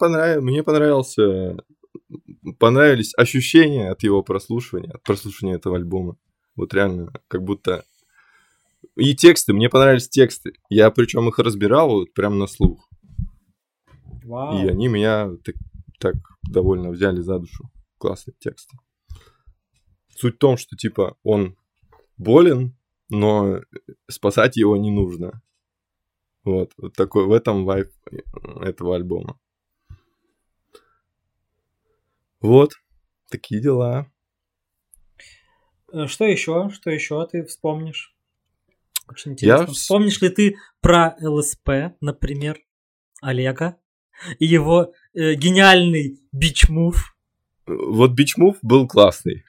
понравились ощущения от его прослушивания, от прослушивания этого альбома. Вот реально, как будто... И тексты, мне понравились тексты. Я причем их разбирал вот прям на слух. Вау. И они меня так довольно взяли за душу. Классные тексты. Суть в том, что типа он болен, но спасать его не нужно. Вот такой, в этом вайб этого альбома. Вот, такие дела. Что еще ты вспомнишь? Очень интересно. Вспомнишь ли ты про ЛСП, например, Олега и его гениальный бич-мув? Вот бич-мув был классный.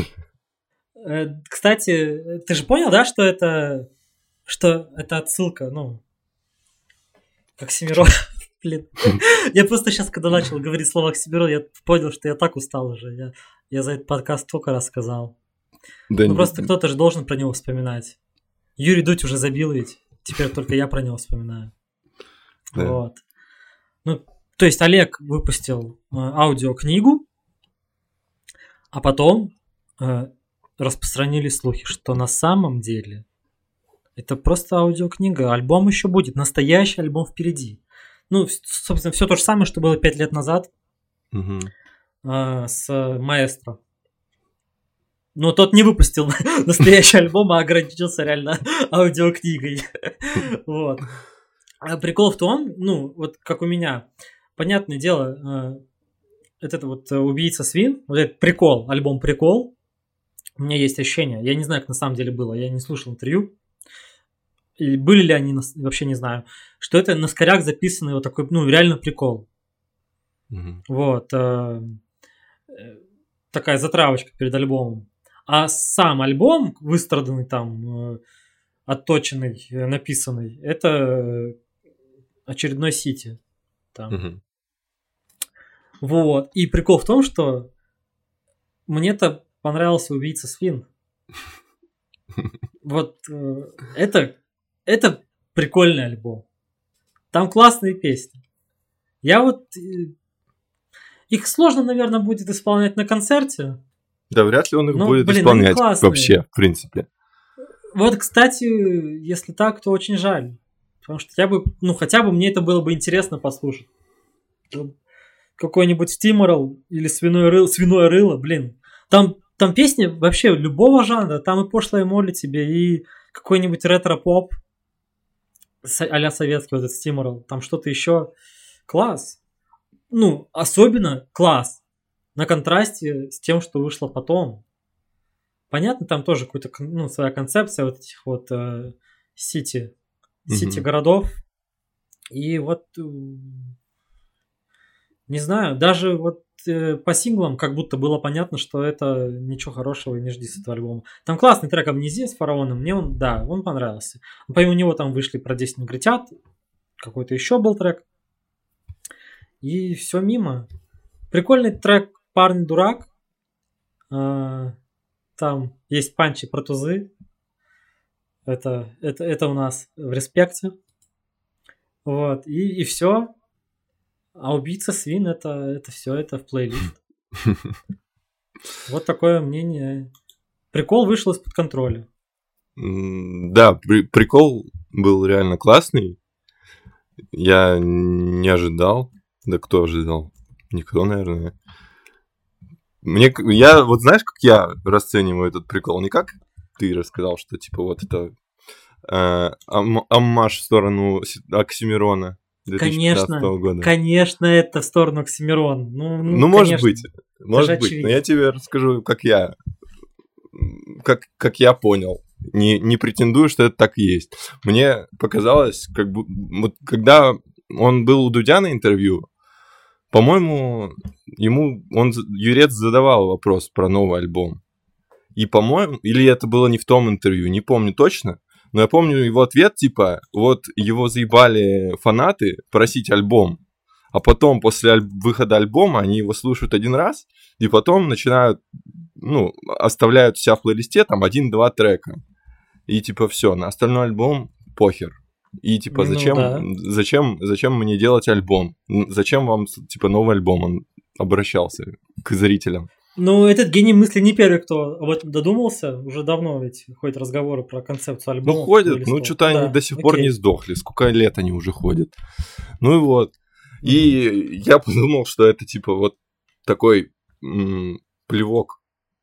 Кстати, ты же понял, да, что это отсылка, ну, как Семиров. Блин. Я просто сейчас, когда начал говорить слово Оксимирон, я понял, что я так устал уже. Я за этот подкаст столько рассказал. Да, ну просто кто-то же должен про него вспоминать. Юрий Дудь уже забил ведь. Теперь только я про него вспоминаю. Да. Вот. Ну, то есть Олег выпустил аудиокнигу, а потом распространили слухи, что на самом деле это просто аудиокнига. Альбом еще будет. Настоящий альбом впереди. Ну, собственно, все то же самое, что было 5 лет назад с Маэстро. Но тот не выпустил настоящий альбом, а ограничился реально аудиокнигой. Вот. А прикол в том, ну, вот как у меня, понятное дело, это вот «Убийца свин», вот этот прикол, альбом «Прикол», у меня есть ощущение, я не знаю, как на самом деле было, я не слушал интервью, и были ли они, вообще не знаю, что это на скоряк записанный вот такой, ну, реально прикол. Вот. Такая затравочка перед альбомом. А сам альбом, выстраданный там, отточенный, написанный, это очередной сити. Там. Вот. И прикол в том, что мне-то понравился «Убийца свин». Вот это прикольный альбом. Там классные песни. Я вот... Их сложно, наверное, будет исполнять на концерте. Да, вряд ли он их будет исполнять вообще, в принципе. Вот, кстати, если так, то очень жаль. Потому что я бы, ну, хотя бы мне это было бы интересно послушать. Какой-нибудь Steamroll или свиное рыло, блин. Там песни вообще любого жанра. Там и «Пошлая Молли» тебе, и какой-нибудь ретро-поп а-ля советский, вот этот Steamroll. Там что-то еще. Класс. ну, особенно класс на контрасте с тем, что вышло потом. Понятно, там тоже какая-то, ну, своя концепция вот этих вот сити городов. И вот, не знаю, даже вот по синглам как будто было понятно, что это ничего хорошего и не жди с этого альбома. Там классный трек «Амнезия» с Фараоном, мне он, да, он понравился. Помимо него там вышли «Про 10 негритят», какой-то еще был трек. И все мимо. Прикольный трек «Парень дурак». Там есть панчи про тузы. Это у нас в респекте. Вот. И все. А убийца свин это все, это в плейлист. Вот такое мнение. Прикол вышел из-под контроля. Да, прикол был реально классный. Я не ожидал. Да кто ожидал? Никто, наверное. Я вот знаешь, как я расцениваю этот прикол? Не как ты рассказал, что типа вот это аммаж в сторону Оксимирона 2015 года. Конечно, это в сторону Оксимирона. Ну может быть. Может быть. Но я тебе расскажу, как я понял. Не претендую, что это так и есть. Мне показалось, как бы, вот когда он был у Дудя на интервью, по-моему, Юрец задавал вопрос про новый альбом. И, по-моему, или это было не в том интервью, не помню точно, но я помню его ответ, типа, вот его заебали фанаты просить альбом, а потом после выхода альбома они его слушают один раз, и потом начинают, ну, оставляют у себя в плейлисте там 1-2 трека. И типа все, на остальной альбом похер. И типа зачем мне делать альбом? Зачем вам типа новый альбом? Он обращался к зрителям. Ну, этот гений мысли не первый, кто об этом додумался. Уже давно ведь ходят разговоры про концепцию альбома. Ну, ходят, ну, что-то они до сих пор не сдохли. Сколько лет они уже ходят. Ну и вот. И я подумал, что это типа вот такой плевок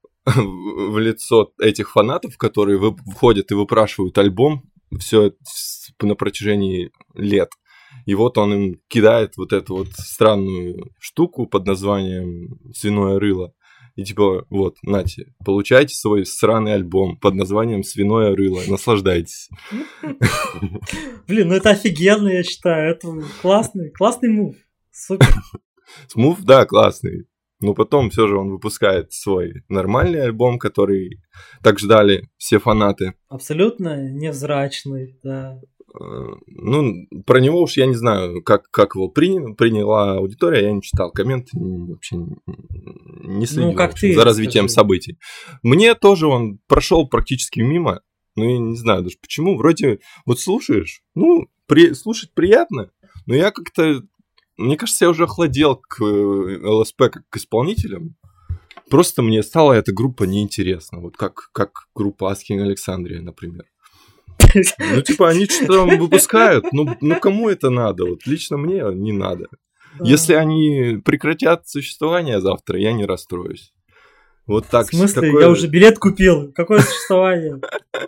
в лицо этих фанатов, которые входят и выпрашивают альбом все на протяжении лет. И вот он им кидает вот эту вот странную штуку под названием «Свиное рыло». И типа, вот, нате, получайте свой сраный альбом под названием «Свиное рыло», наслаждайтесь. Блин, ну это офигенно, я считаю, это классный мув, супер. Мув, да, классный, но потом все же он выпускает свой нормальный альбом, который так ждали все фанаты. Абсолютно невзрачный, да. Ну, про него уж я не знаю, как его приняла аудитория, я не читал комменты, вообще не следил за развитием событий. Мне тоже он прошел практически мимо, ну, я не знаю даже почему, вроде вот слушаешь, ну, слушать приятно, но я как-то, мне кажется, я уже охладел к ЛСП как к исполнителям, просто мне стала эта группа неинтересна, вот как группа Asking Alexandria, например. Ну, типа, они что-то выпускают, ну кому это надо? Вот лично мне не надо. Если они прекратят существование завтра, я не расстроюсь. Вот так. В смысле? Я уже билет купил. Какое существование?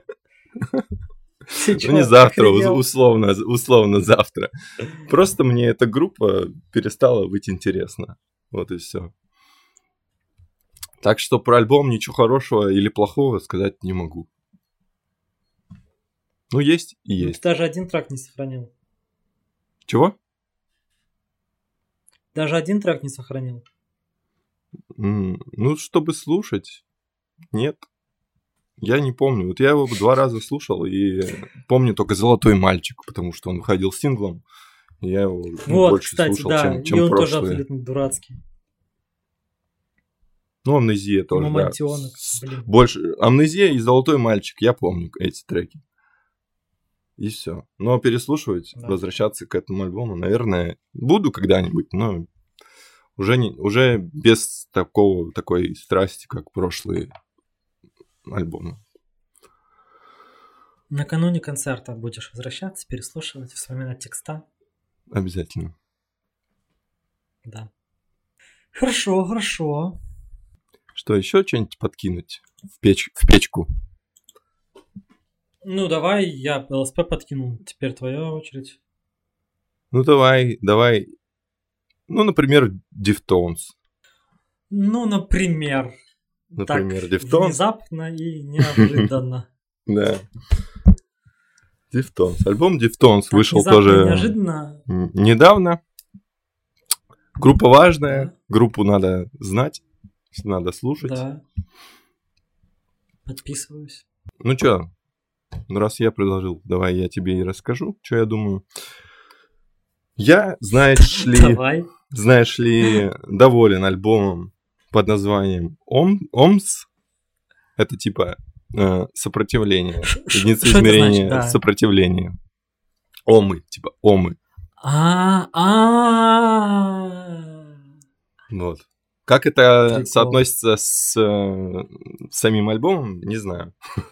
Ну, не завтра, условно завтра. Просто мне эта группа перестала быть интересна. Вот и все. Так что про альбом ничего хорошего или плохого сказать не могу. Ну, есть и есть. Ты даже один трек не сохранил. Чего? Даже один трек не сохранил. Ну, чтобы слушать, нет. Я не помню. Вот я его 2 раза слушал, и помню только «Золотой мальчик», потому что он выходил синглом. И я его больше кстати, слушал, да. чем и он прошлые. тоже абсолютно дурацкий. Ну, «Амнезия» тоже, Мамонтёнок, да. Больше «Амнезия» и «Золотой мальчик», я помню эти треки. И все. Но переслушивать, возвращаться к этому альбому, наверное, буду когда-нибудь, но уже без такой страсти, как прошлые альбомы. Накануне концерта будешь возвращаться, переслушивать, вспоминать текста. Обязательно. Да. Хорошо. Что, еще что-нибудь подкинуть в печку? Ну, давай я ЛСП подкину. Теперь твоя очередь. Ну, давай. Ну, например, Deftones. Ну, например. Например, так Deftones. Внезапно и неожиданно. Да. Deftones. Альбом Deftones Так вышел внезапно и тоже неожиданно. недавно. Группа важная. Да. Группу надо знать. Надо слушать. Да. Подписываюсь. Ну чё, раз я предложил, давай я тебе и расскажу, что я думаю. Я, знаешь ли, доволен альбомом под названием Омс. Это типа сопротивление. Единица измерения сопротивления. Омы, типа омы. Вот. Как это соотносится с самим альбомом, не знаю.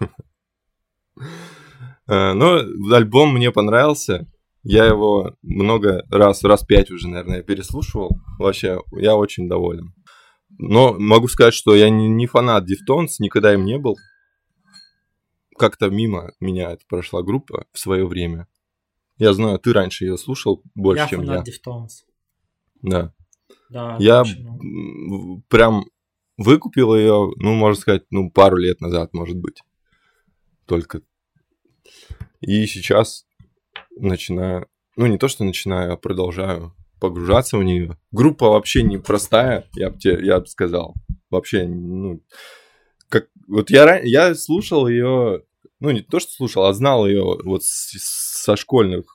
Но альбом мне понравился. Я его много раз 5 уже, наверное, переслушивал. Вообще, я очень доволен. Но могу сказать, что я не фанат Deftones, никогда им не был. Как-то мимо меня это прошла группа в свое время. Я знаю, ты раньше ее слушал больше, чем я. Я фанат Deftones. Да. Да, я прям выкупил ее, ну, можно сказать, пару лет назад, может быть. Только. И сейчас начинаю, не то, что начинаю, а продолжаю погружаться в нее. Группа вообще непростая, я бы сказал. Вообще, вот я слушал ее, не то, что слушал, а знал ее вот со школьных,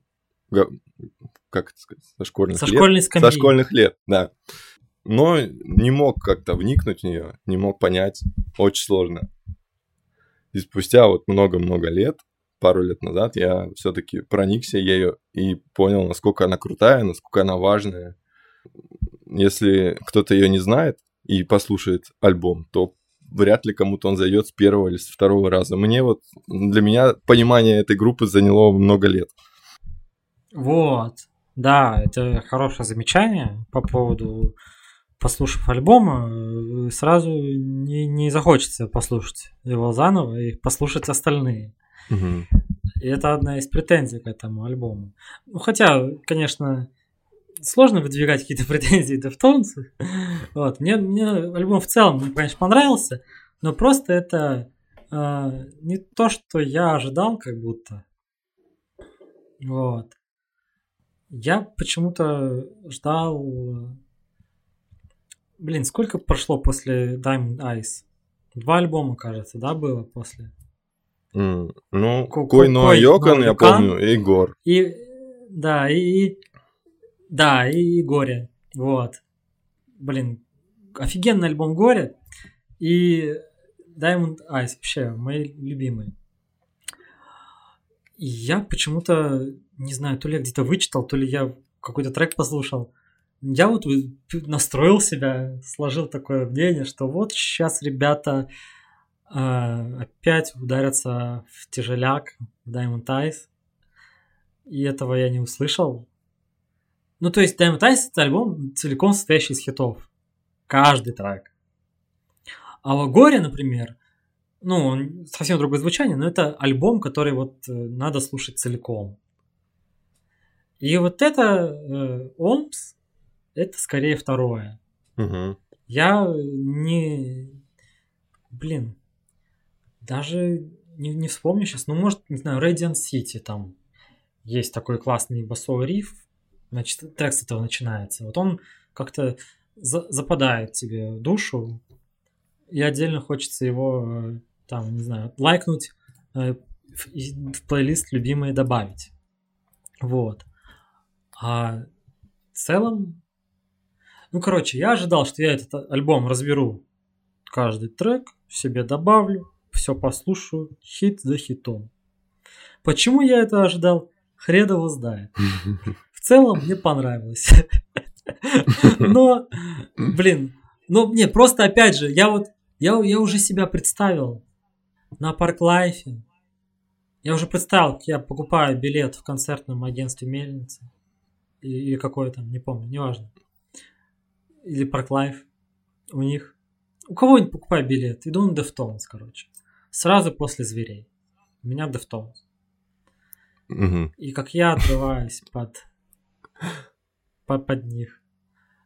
как это сказать, со школьных лет, да. Но не мог как-то вникнуть в нее, не мог понять, очень сложно. И спустя вот много-много лет, пару лет назад, я все-таки проникся ею и понял, насколько она крутая, насколько она важная. Если кто-то ее не знает и послушает альбом, то вряд ли кому-то он зайдет с первого или с второго раза. Для меня понимание этой группы заняло много лет. Вот, да, это хорошее замечание по поводу, послушав альбом, сразу не захочется послушать его заново и послушать остальные. Угу. И это одна из претензий к этому альбому. Хотя, конечно, сложно выдвигать какие-то претензии Deftones. Вот. Мне альбом в целом, конечно, понравился, но просто это не то, что я ожидал, как будто. Вот. Я почему-то ждал... сколько прошло после Diamond Eyes? 2 альбома, кажется, да, было после? Кой но Йокон, я помню, и Гор. Да, и Горе. Вот. Офигенный альбом Горе. И Diamond Eyes вообще мои любимые. И я почему-то, не знаю, то ли я где-то вычитал, то ли я какой-то трек послушал. Я вот настроил себя, сложил такое мнение, что вот сейчас ребята опять ударятся в тяжеляк, в Diamond Eyes. И этого я не услышал. То есть Diamond Eyes — это альбом, целиком состоящий из хитов. Каждый трек. А в Горе, например, он совсем другое звучание, но это альбом, который вот надо слушать целиком. И вот это Омс, это скорее второе. Угу. Я даже не вспомню сейчас. Может, не знаю, Radiant City, там есть такой классный басовый риф. Значит, трек с этого начинается. Вот он как-то западает тебе в душу. И отдельно хочется его, там, не знаю, лайкнуть, в плейлист любимые добавить. Вот. А в целом... я ожидал, что я этот альбом разберу. Каждый трек себе добавлю, все послушаю, хит за хитом. Почему я это ожидал? Хрен его знает. В целом мне понравилось. Но, мне просто, опять же, я уже себя представил на Парклайфе. Я уже представил, как я покупаю билет в концертном агентстве Мельницы. Или какое там, не помню, неважно. Или Парклайф. У них. У кого-нибудь покупаю билет. Иду на Deftones, короче. Сразу после Зверей. У меня Deftones. Угу. И как я отрываюсь под них.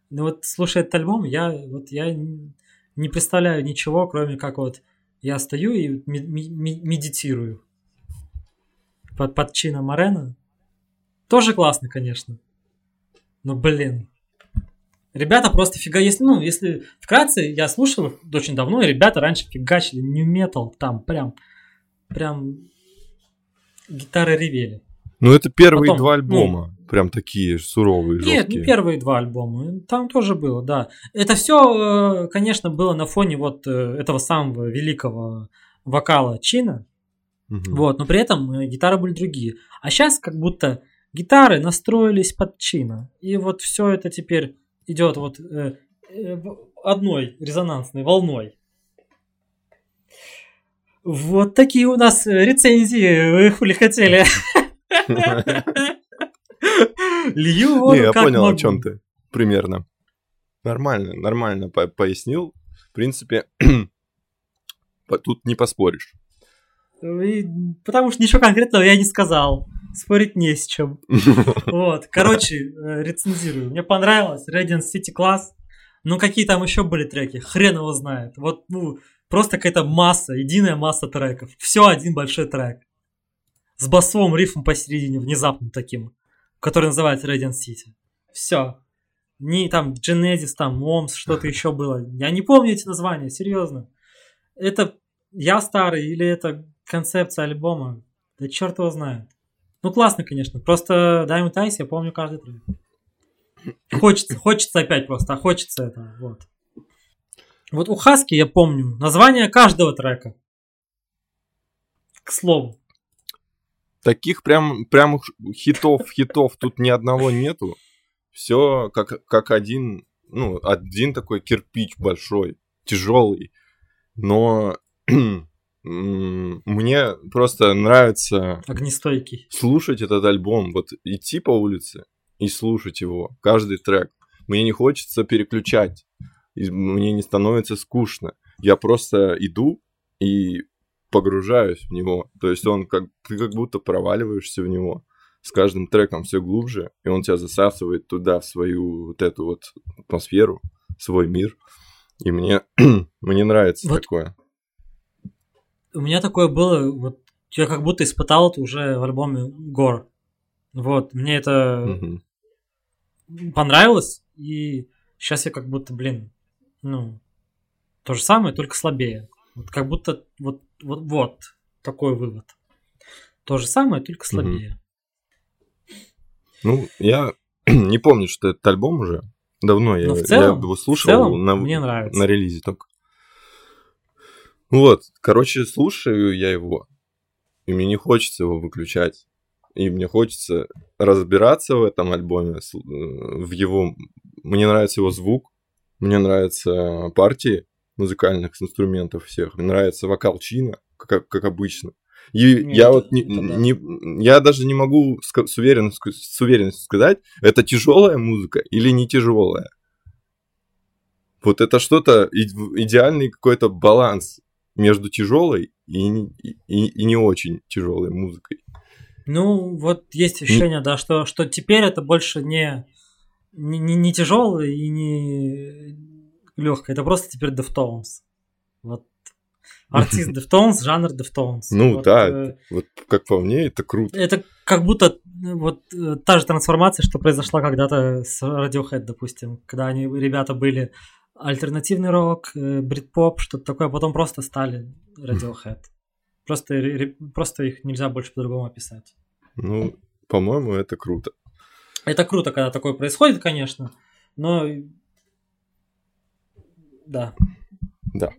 Ну вот, слушая этот альбом, я не представляю ничего, кроме как вот я стою и медитирую под Чино Морено. Тоже классно, конечно. Но, блин. Ребята просто если вкратце, я слушал их очень давно, и ребята раньше фигачили нью метал, там прям гитары ревели. Ну, это первые два альбома. Прям такие суровые, жесткие. Нет, не первые два альбома. Там тоже было, да. Это все, конечно, было на фоне вот этого самого великого вокала Чина. Вот, но при этом гитары были другие. А сейчас как будто гитары настроились под Чина. И вот все это теперь идет вот одной резонансной волной. Вот такие у нас рецензии, вы хули хотели. Лью воду, я как понял, могу. О чем ты примерно. Нормально пояснил. В принципе, тут не поспоришь. Потому что ничего конкретного я не сказал. Спорить не с чем. Вот, короче, рецензирую. Мне понравилось. Radiant City класс. Ну, какие там еще были треки? Хрен его знает. Вот, просто какая-то масса, единая масса треков. Все один большой трек. С басовым рифом посередине, внезапным таким, который называется Radiant City. Все. Не там Genesis, там Mom's, что-то еще было. Я не помню эти названия, серьезно. Это я старый или это концепция альбома? Да черт его знает. Ну, классно, конечно. Просто Diamond Eyes я помню каждый трек. Хочется опять просто, хочется это. Вот у Хаски я помню название каждого трека. К слову. Таких прям хитов тут ни одного нету. Все как один такой кирпич большой, тяжелый. Но мне просто нравится огнестойкий. Слушать этот альбом, вот идти по улице и слушать его, каждый трек. Мне не хочется переключать, мне не становится скучно. Я просто иду и погружаюсь в него. То есть ты как будто проваливаешься в него с каждым треком все глубже, и он тебя засасывает туда, в свою вот эту вот атмосферу, свой мир. И мне нравится такое. У меня такое было, вот я как будто испытал это уже в альбоме Гор. Вот, мне это понравилось, и сейчас я как будто, то же самое, только слабее. Вот как будто вот такой вывод. То же самое, только слабее. Ну, я не помню, что этот альбом уже давно. Я его слушал мне нравится. На релизе только. Вот, короче, слушаю я его, и мне не хочется его выключать. И мне хочется разбираться в этом альбоме, Мне нравится его звук, мне нравятся партии музыкальных инструментов всех, мне нравится вокал Чина, как обычно. И я даже не могу с уверенностью сказать, это тяжелая музыка или не тяжелая. Вот это что-то, идеальный какой-то баланс между тяжелой и не очень тяжелой музыкой. Ну, вот есть ощущение, да, что теперь это больше не тяжелое и не легкое, это просто теперь Deftones. Вот. Артист Deftones, жанр Deftones. Ну вот, да, вот как по мне, это круто. Это как будто вот та же трансформация, что произошла когда-то с Radiohead, допустим, когда ребята были альтернативный рок, брит-поп, что-то такое, а потом просто стали Radiohead. Просто их нельзя больше по-другому описать. Ну, по-моему, это круто. Это круто, когда такое происходит, конечно, но... Да. Да.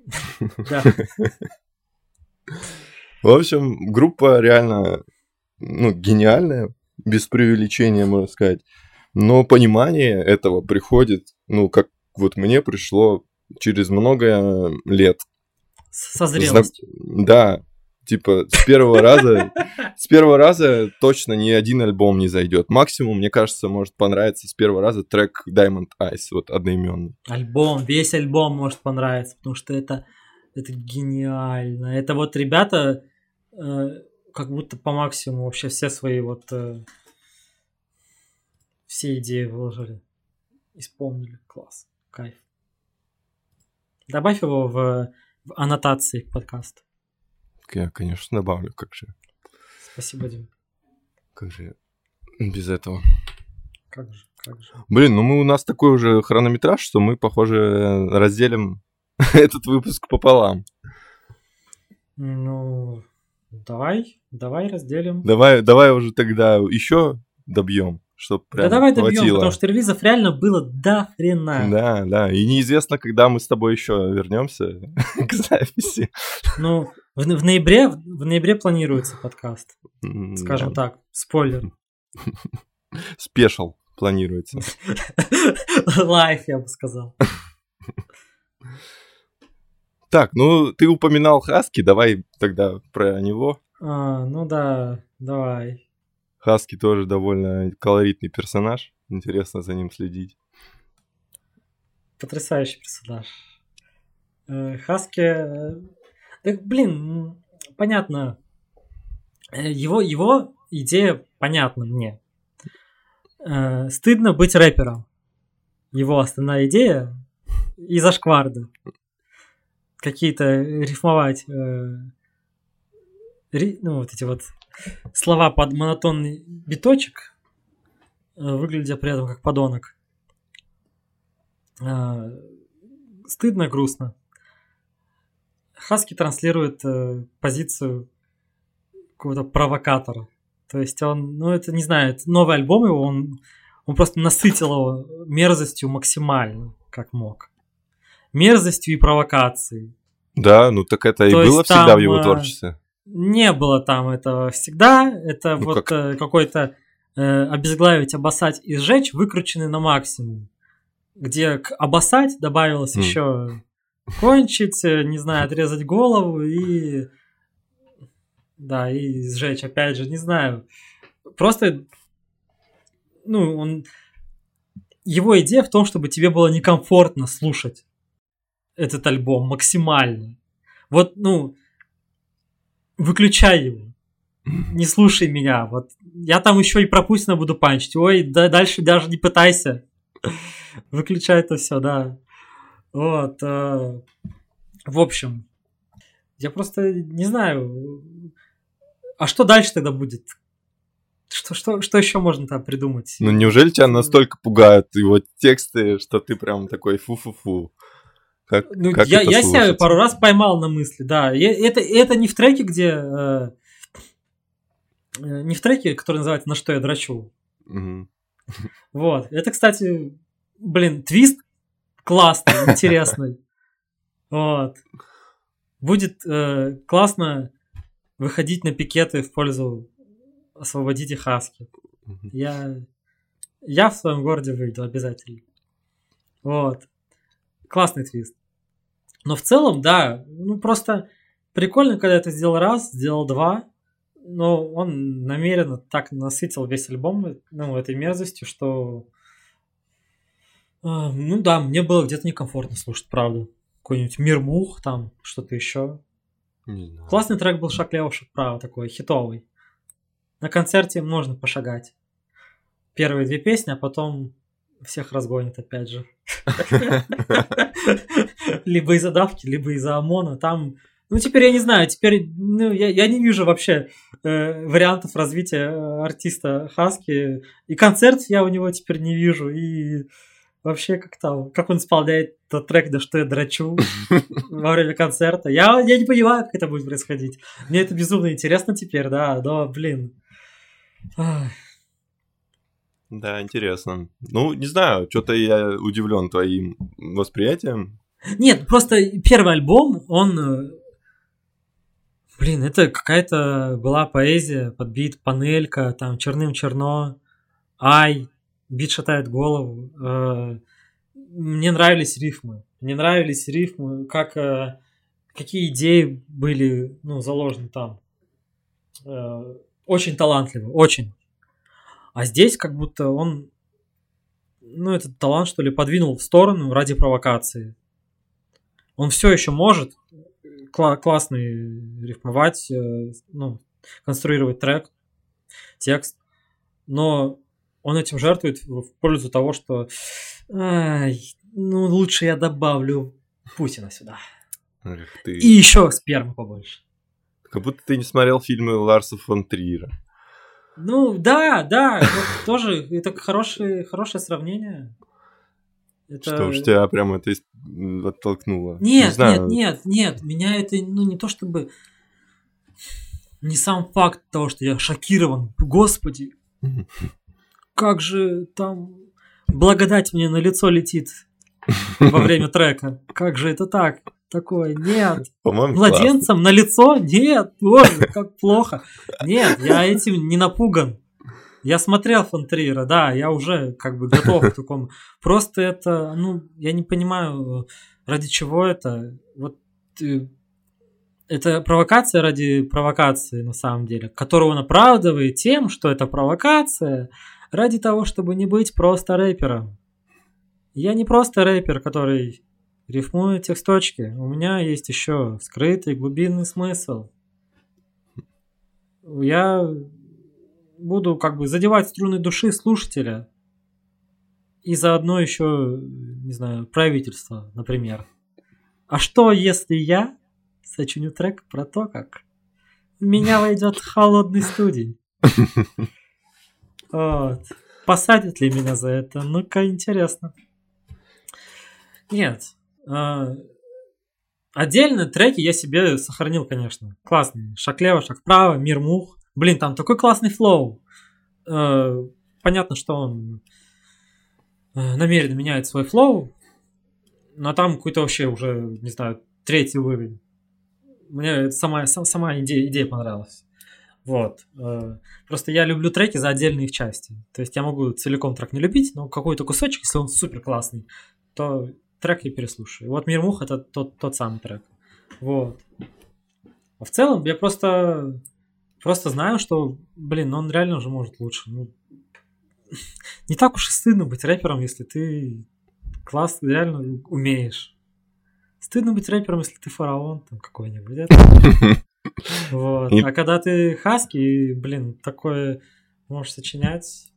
В общем, группа реально гениальная, без преувеличения, можно сказать. Но понимание этого приходит, как вот мне пришло через много лет. Со зрелостью. Да, типа с первого раза точно ни один альбом не зайдет. Максимум, мне кажется, может понравиться с первого раза трек Diamond Eyes, вот одноименный. Весь альбом может понравиться, потому что это гениально. Это вот ребята как будто по максимуму вообще все свои все идеи вложили. исполнили. Класс. Кайф. Добавь его в аннотации к подкасту. Я, конечно, добавлю, как же. Спасибо, Дим. Как же без этого? Как же. Блин, ну у нас такой уже хронометраж, что мы, похоже, разделим этот выпуск пополам. Ну, давай разделим. Давай уже тогда еще добьем, чтобы прям давай добьем, хватило. потому что релизов реально было до хрена. Да. И неизвестно, когда мы с тобой еще вернемся к записи. Ну, в ноябре планируется подкаст. Скажем так, спойлер. Спешл планируется. Лайф, я бы сказал. Так, ну ты упоминал Хаски, давай тогда про него. Ну да, давай. Хаски тоже довольно колоритный персонаж. Интересно за ним следить. Потрясающий персонаж. Хаски... Так, блин, понятно. Его идея понятна мне. Стыдно быть рэпером. Его основная идея и зашкварды. Какие-то рифмовать вот эти вот слова под монотонный биточек, выглядя при этом как подонок. Стыдно, грустно. Хаски транслирует позицию какого-то провокатора. То есть он, это не знаю, это новый альбом его, он просто насытил его мерзостью максимально, как мог. Мерзостью и провокацией. Да, ну так это и было всегда в его творчестве. Не было там этого всегда. Это какой-то обезглавить, обоссать и сжечь, выкрученный на максимум. Где к обоссать добавилось еще кончить, не знаю, отрезать голову и... Да, и сжечь, опять же, не знаю. Просто, его идея в том, чтобы тебе было некомфортно слушать этот альбом максимально. Вот, выключай его. Не слушай меня. Вот я там еще и про Путина буду панчить. Ой, дальше даже не пытайся. Выключай это все, да. Вот. В общем, я просто не знаю. А что дальше тогда будет? Что еще можно там придумать? Ну, неужели тебя настолько пугают его тексты, что ты прям такой фу-фу-фу? Как я себя пару раз поймал на мысли, да. Это не в треке, где... не в треке, который называется «На что я дрочу». Угу. Вот. Это, кстати, твист классный, интересный. Вот. Будет классно выходить на пикеты в пользу «Освободите Хаски». Я в своем городе выйду обязательно. Вот. Классный твист. Но в целом, да, просто прикольно, когда это сделал раз, сделал два, но он намеренно так насытил весь альбом этой мерзостью, что мне было где-то некомфортно слушать, правда. Какой-нибудь «Мир мух», там, что-то еще. Классный трек был «Шаг лево, шаг вправо», такой хитовый. На концерте можно пошагать. Первые две песни, а потом всех разгонит опять же. Либо из-за давки, либо из-за ОМОНа. Там, теперь я не знаю, я не вижу вообще вариантов развития артиста Хаски. И концерт я у него теперь не вижу. И вообще как он исполняет тот трек «Да что я дрочу» во время концерта. Я не понимаю, как это будет происходить. Мне это безумно интересно теперь, да, но, блин. Да, интересно. Не знаю, что-то я удивлен твоим восприятием. Нет, просто первый альбом, он... это какая-то была поэзия под бит, панелька, там черным черно, ай, бит шатает голову. Мне нравились рифмы. Какие идеи были заложены там. Очень талантливо, очень. А здесь как будто он, этот талант, что ли, подвинул в сторону ради провокации. Он все еще может классно рифмовать, конструировать трек, текст, но он этим жертвует в пользу того, что Ну, лучше я добавлю Путина сюда. Эх ты. И еще спермы побольше. Как будто ты не смотрел фильмы Ларса фон Триера. Ну, да, вот тоже это хорошее сравнение. Что уж тебя прям это оттолкнуло. Нет, меня это, ну, не то чтобы... Не сам факт того, что я шокирован. Господи, как же там благодать мне на лицо летит во время трека. Как же это так? Такое, нет. По-моему, младенцам классно. на лицо? Нет, боже, как плохо. Нет, я этим не напуган. Я смотрел фон Триера, да, я уже как бы готов к такому. Просто это, ну, я не понимаю, ради чего это. Вот это провокация ради провокации, на самом деле, которую он оправдывает тем, что это провокация ради того, чтобы не быть просто рэпером. Я не просто рэпер, который рифмует тексточки. У меня есть еще скрытый глубинный смысл. Я буду как бы задевать струны души слушателя и заодно еще, не знаю, правительство, например. А что, если я сочиню трек про то, как в меня войдет холодный студень? Вот. Посадят ли меня за это? Ну-ка, интересно. Нет. Отдельно треки я себе сохранил, конечно. Классные. Шаг лево, шаг вправо, мир мух. Блин, там такой классный флоу. Понятно, что он намеренно меняет свой флоу, но там какой-то вообще уже, не знаю, третий уровень. Мне сама идея понравилась. Вот. Просто я люблю треки за отдельные их части. То есть я могу целиком трек не любить, но какой-то кусочек, если он супер классный, то трек я переслушаю. Вот «Мир мух» — это тот самый трек. Вот. А в целом я просто знаю, что, блин, он реально уже может лучше. Ну, не так уж и стыдно быть рэпером, если ты классно реально умеешь. Стыдно быть рэпером, если ты фараон там какой-нибудь. Вот. А когда ты хаски, блин, такое можешь сочинять,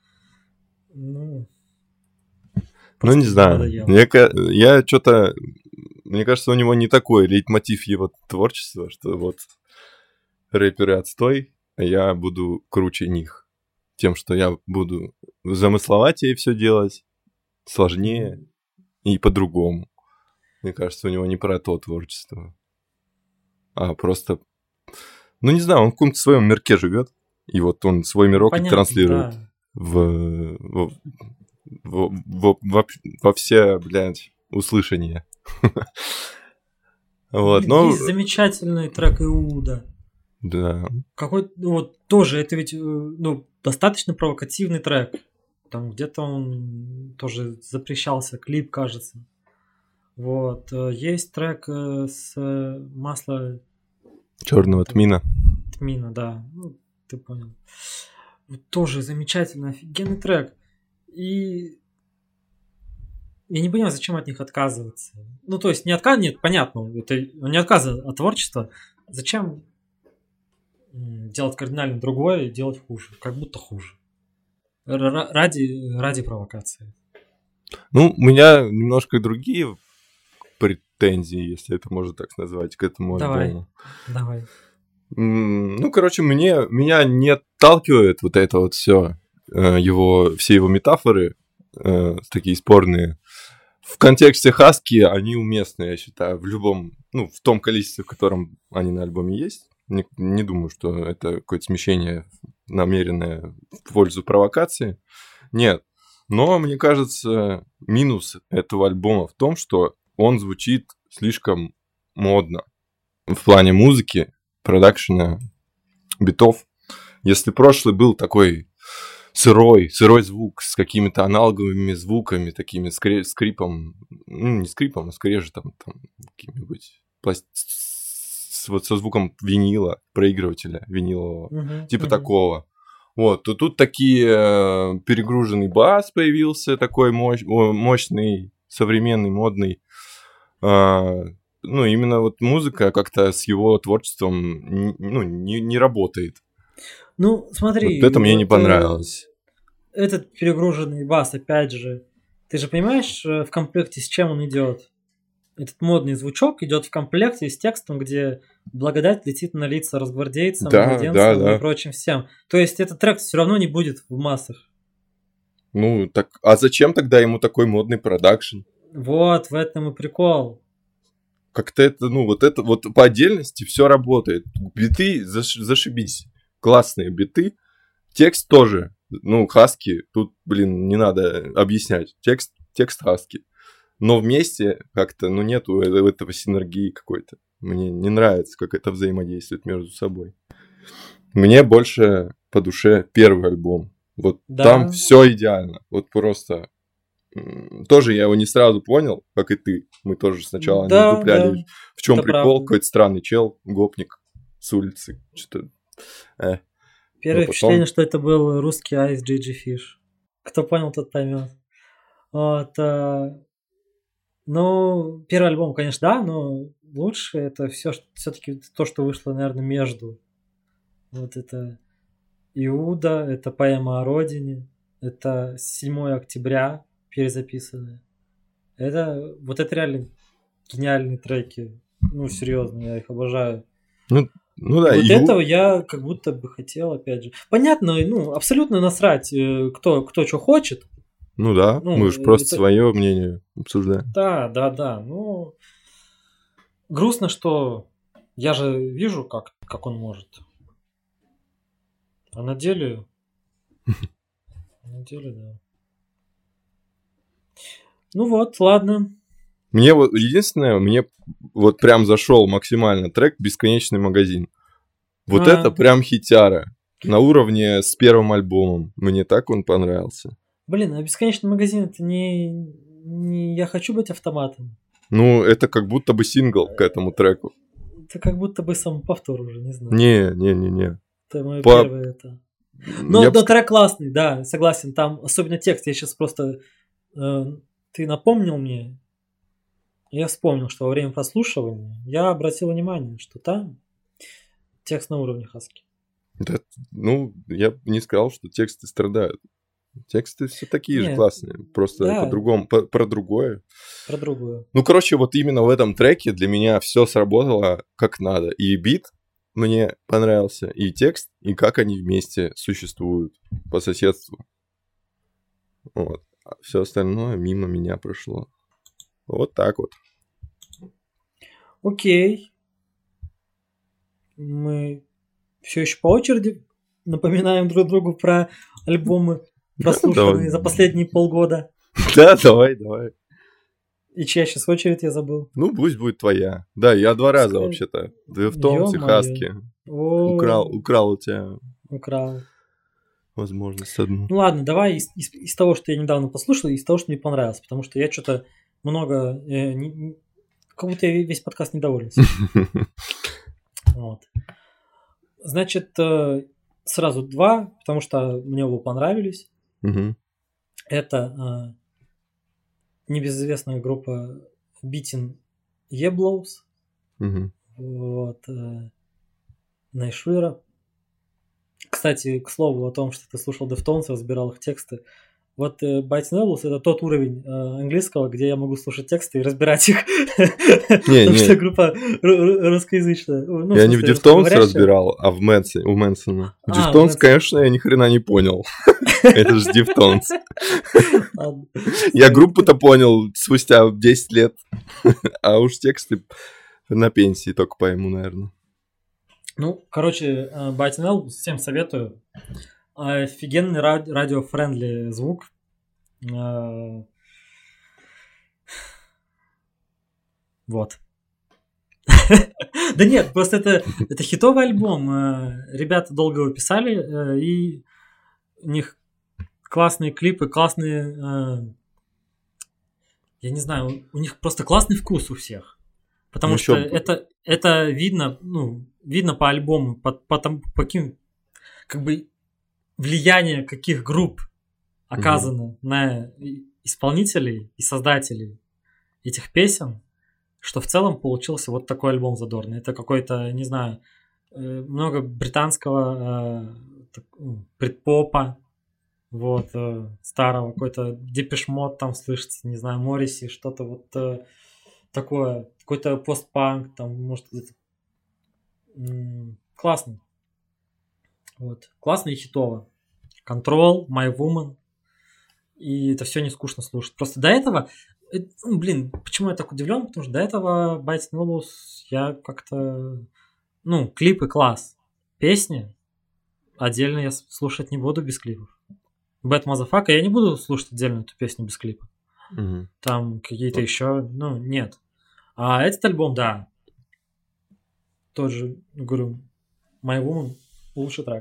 ну не знаю. Я что-то... Мне кажется, у него не такой лейтмотив его творчества, что вот рэперы отстой, а я буду круче них. Тем, что я буду замысловатее все делать, сложнее и по-другому. Мне кажется, у него не про то творчество, а просто... Ну, не знаю, он в каком-то своем мирке живет, и вот он свой мирок транслирует во все, блядь, услышания. Вот, но... Есть замечательный трек Иуда. Да. Какой, вот тоже, это ведь, ну, достаточно провокативный трек. Там где-то он тоже запрещался, клип, кажется. Вот. Есть трек с масла... Черного тмина. Тмина, да. Ну, ты понял. Вот тоже замечательный, офигенный трек. И я не понимаю, зачем от них отказываться. Ну, то есть, нет, понятно, это не отказ от творчества. Зачем делать кардинально другое и делать хуже? Как будто хуже. Ради провокации. Ну, у меня немножко другие претензии, если это можно так назвать, к этому альбому. Давай. Ну, короче, меня не отталкивает вот это вот все его метафоры такие спорные. В контексте хаски они уместны, я считаю, в любом, ну, в том количестве, в котором они на альбоме есть. Не думаю, что это какое-то смещение намеренное в пользу провокации. Нет. Но, мне кажется, минус этого альбома в том, что он звучит слишком модно в плане музыки, продакшена, битов. Если прошлый был такой сырой вот с какими-то аналоговыми звуками, такими скрипом, ну, не скрипом, а скорее же там каким-нибудь вот со звуком винила, проигрывателя винилового, такого. Вот, то тут такие перегруженный бас появился, такой мощный, современный, модный. Ну, именно вот музыка как-то с его творчеством не работает. Ну, смотри. Вот это мне не понравилось. Этот перегруженный бас, опять же, Ты же понимаешь, в комплекте с чем он идет? Этот модный звучок идет в комплекте с текстом, где благодать летит на лица разгвардейцам, младенцам и прочим всем. То есть этот трек все равно не будет в массах. Ну, так, а зачем тогда ему такой модный продакшн? Вот, в этом и прикол. Как-то это, ну, вот по отдельности все работает. Биты зашибись. Классные биты. Текст тоже. Ну, хаски, тут, блин, не надо объяснять. Текст хаски. Но вместе как-то, ну, нету этого синергии какой-то. Мне не нравится, как это взаимодействует между собой. Мне больше по душе первый альбом. Вот да. Там все идеально. Вот просто... Тоже я его не сразу понял, как и ты. Мы тоже сначала не дупляли. В чем прикол? Правда. Какой-то странный чел, гопник с улицы. Что-то... Первое впечатление, что это был русский Ice GG Fish. Кто понял, тот поймет. Вот, ну, первый альбом, конечно, да, но лучше это все-таки то, что вышло, наверное, между. Вот это Иуда, это поэма о родине, это 7 октября перезаписанное. Вот это реально гениальные треки. Ну, серьезно, я их обожаю. Ну да, вот этого я как будто бы хотел, опять же. Понятно, ну, абсолютно насрать, кто что хочет. Ну да, ну, мы же просто свое мнение обсуждаем. Да. Ну, грустно, что я же вижу, как он может. А на деле... да. Ну вот, ладно. Мне вот единственное, мне вот прям зашел максимально трек «Бесконечный магазин». Вот это прям хитяра. На уровне с первым альбомом. Мне так он понравился. Блин, а «Бесконечный магазин» это не «Я хочу быть автоматом». Ну, это как будто бы сингл к этому треку. Это как будто бы самоповтор уже, не знаю. Не. Это мое первое это. Но трек классный, да, согласен. Там особенно текст. Я сейчас просто... Ты напомнил мне. Я вспомнил, что во время прослушивания я обратил внимание, что там текст на уровне хаски. Да, ну, я бы не сказал, что тексты страдают. Тексты все такие же классные, просто по-другому, про другое. Про другое. Ну, короче, вот именно в этом треке для меня все сработало как надо. И бит мне понравился, и текст, и как они вместе существуют по соседству. Вот. А все остальное мимо меня прошло. Вот так вот. Окей. Мы все еще по очереди напоминаем друг другу про альбомы, прослушанные за последние полгода. Да, давай. И чья сейчас очередь, я забыл. Ну, пусть будет твоя. Да, я 2 раза вообще-то. Deftones и Хаски. Украл у тебя. Украл. Возможность одну. Ну ладно, давай из того, что я недавно послушал, из того, что мне понравилось. Потому что я что-то много... как будто я весь подкаст недоволен. Вот. Значит, сразу 2, потому что мне оба понравились. Это небезызвестная группа Beating Yeblows. Вот. Найшвира. Кстати, к слову о том, что ты слушал Deftones, разбирал их тексты. Вот Biting Yeblows — это тот уровень английского, где я могу слушать тексты и разбирать их. Потому что группа русскоязычная. Я не в Deftones разбирал, а у Мэнсона. В Deftones, конечно, я ни хрена не понял. Это же Deftones. Я группу-то понял спустя 10 лет. А уж тексты на пенсии только пойму, наверное. Ну, короче, Biting Yeblows всем советую. Офигенный радио-френдли звук. Вот. Да нет, просто это хитовый альбом. Ребята долго его писали, и у них классные клипы, классные... Я не знаю, у них просто классный вкус у всех. Потому что это видно, видно по альбому, по каким, как бы, влияние каких групп оказано на исполнителей и создателей этих песен, что в целом получился вот такой альбом задорный. Это какой-то, не знаю, много британского предпопа, вот, старого, какой-то Депеш Мод там слышится, не знаю, Морриси, что-то вот такое, какой-то постпанк, там, может, где-то классно, вот, классно и хитово. Control, My Woman, и это все не скучно слушать. Просто до этого, блин, почему я так удивлен, потому что до этого Bites Nobles я как-то, ну, клипы класс, песни отдельно я слушать не буду без клипов. Bad Motherfucker я не буду слушать отдельно эту песню без клипа. Там какие-то еще, ну, нет. А этот альбом, да, тот же, говорю, My Woman, лучший трек.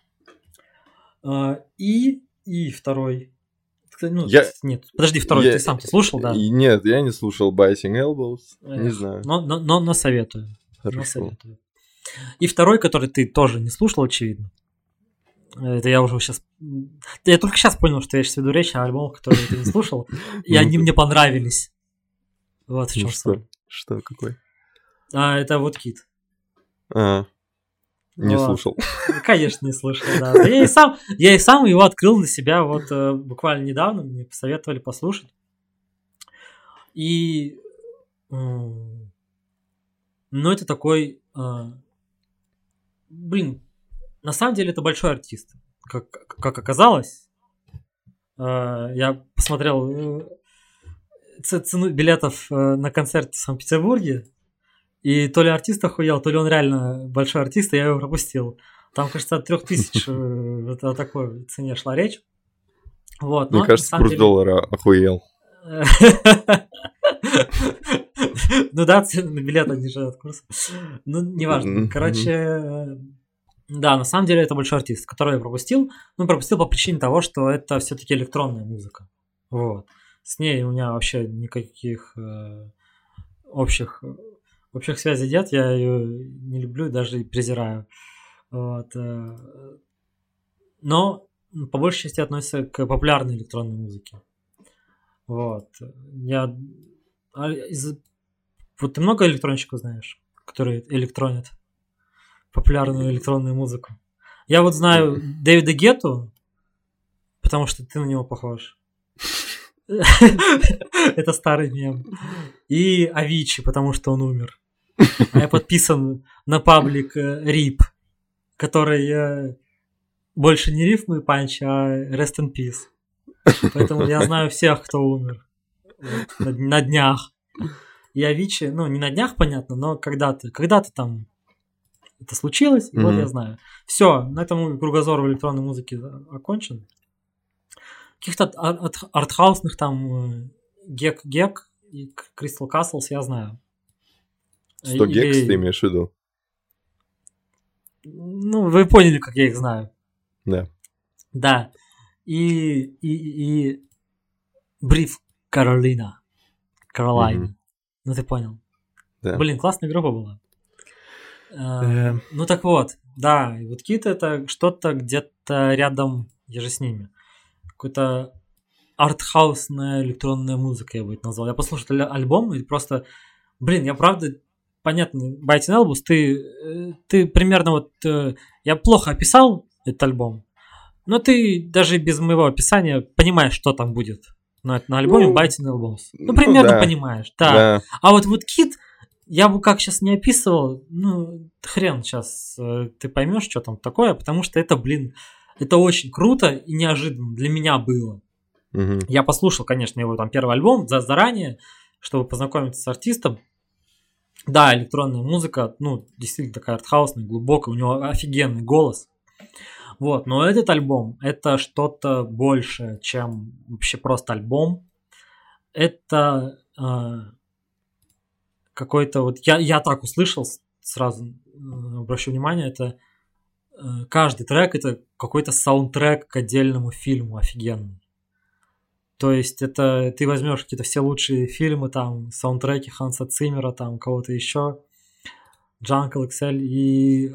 И второй. Ну, нет, подожди, второй ты сам слушал, да? Нет, я не слушал Biting Elbows, не знаю. Но советую. Хорошо. Советую. И второй, который ты тоже не слушал, очевидно. Это я уже сейчас... Я только сейчас понял, что я сейчас веду речь о альбомах, которые ты не слушал, и они мне понравились. Вот в чем Что, какой? Это вот Кит. Не слушал. Конечно, не слышал, да. Я и сам его открыл для себя вот буквально недавно, мне посоветовали послушать. И... Ну, это такой... Блин, на самом деле это большой артист. Как оказалось, я посмотрел цену билетов на концерт в Санкт-Петербурге, и то ли артист охуел, то ли он реально большой артист, и я его пропустил. Там, кажется, от 3000 о такой цене шла речь. Вот, мне кажется, курс доллара охуел. Ну да, цены на билет они же от курса. Ну, неважно. Короче, да, на самом деле это большой артист, который я пропустил. Ну, пропустил по причине того, что это все-таки электронная музыка. Вот. С ней у меня вообще никаких общих связей нет. Я ее не люблю и даже презираю. Вот. Но по большей части относится к популярной электронной музыке. Вот. Вот ты много электронщиков знаешь, которые электронят популярную электронную музыку? Я вот знаю Дэвида Гетту, потому что ты на него похож. Это старый мем. И Авичи, потому что он умер. А я подписан на паблик RIP, который больше не рифмы и панч, а Rest in Peace. Поэтому я знаю всех, кто умер на днях. И Авичи, ну, не на днях, понятно, но когда-то там это случилось, и вот я знаю. Все, на этом кругозор в электронной музыке окончен. Каких-то артхаусных там Гек и Crystal Castles я знаю. 100 Гекс ты имеешь в виду? Ну, вы поняли, как я их знаю. Да. Да. И Бриф Каролина. Ну, ты понял. Да. Блин, классная группа была. Ну, так вот. Да, и вот Кит это что-то где-то рядом, я же с ними. Какой-то артхаусная электронная музыка, я бы это назвал. Я послушал альбом и просто... Блин, я правда... Понятно, Biting Elbows, ты примерно вот... Я плохо описал этот альбом, но ты даже без моего описания понимаешь, что там будет на альбоме Biting Elbows. Ну, примерно понимаешь, да. А вот Кит, я бы как сейчас не описывал, ну, хрен сейчас ты поймешь, что там такое, потому что это, блин, это очень круто и неожиданно для меня было. Я послушал, конечно, его там первый альбом заранее, чтобы познакомиться с артистом. Да, электронная музыка, ну, действительно такая артхаусная, глубокая, у него офигенный голос. Вот, но этот альбом, это что-то большее, чем вообще просто альбом. Это какой-то вот... Я так услышал, сразу обращу внимание, это каждый трек, это какой-то саундтрек к отдельному фильму офигенный. То есть это ты возьмешь какие-то все лучшие фильмы, там, саундтреки Ханса Циммера, там, кого-то еще, Jungle XL, и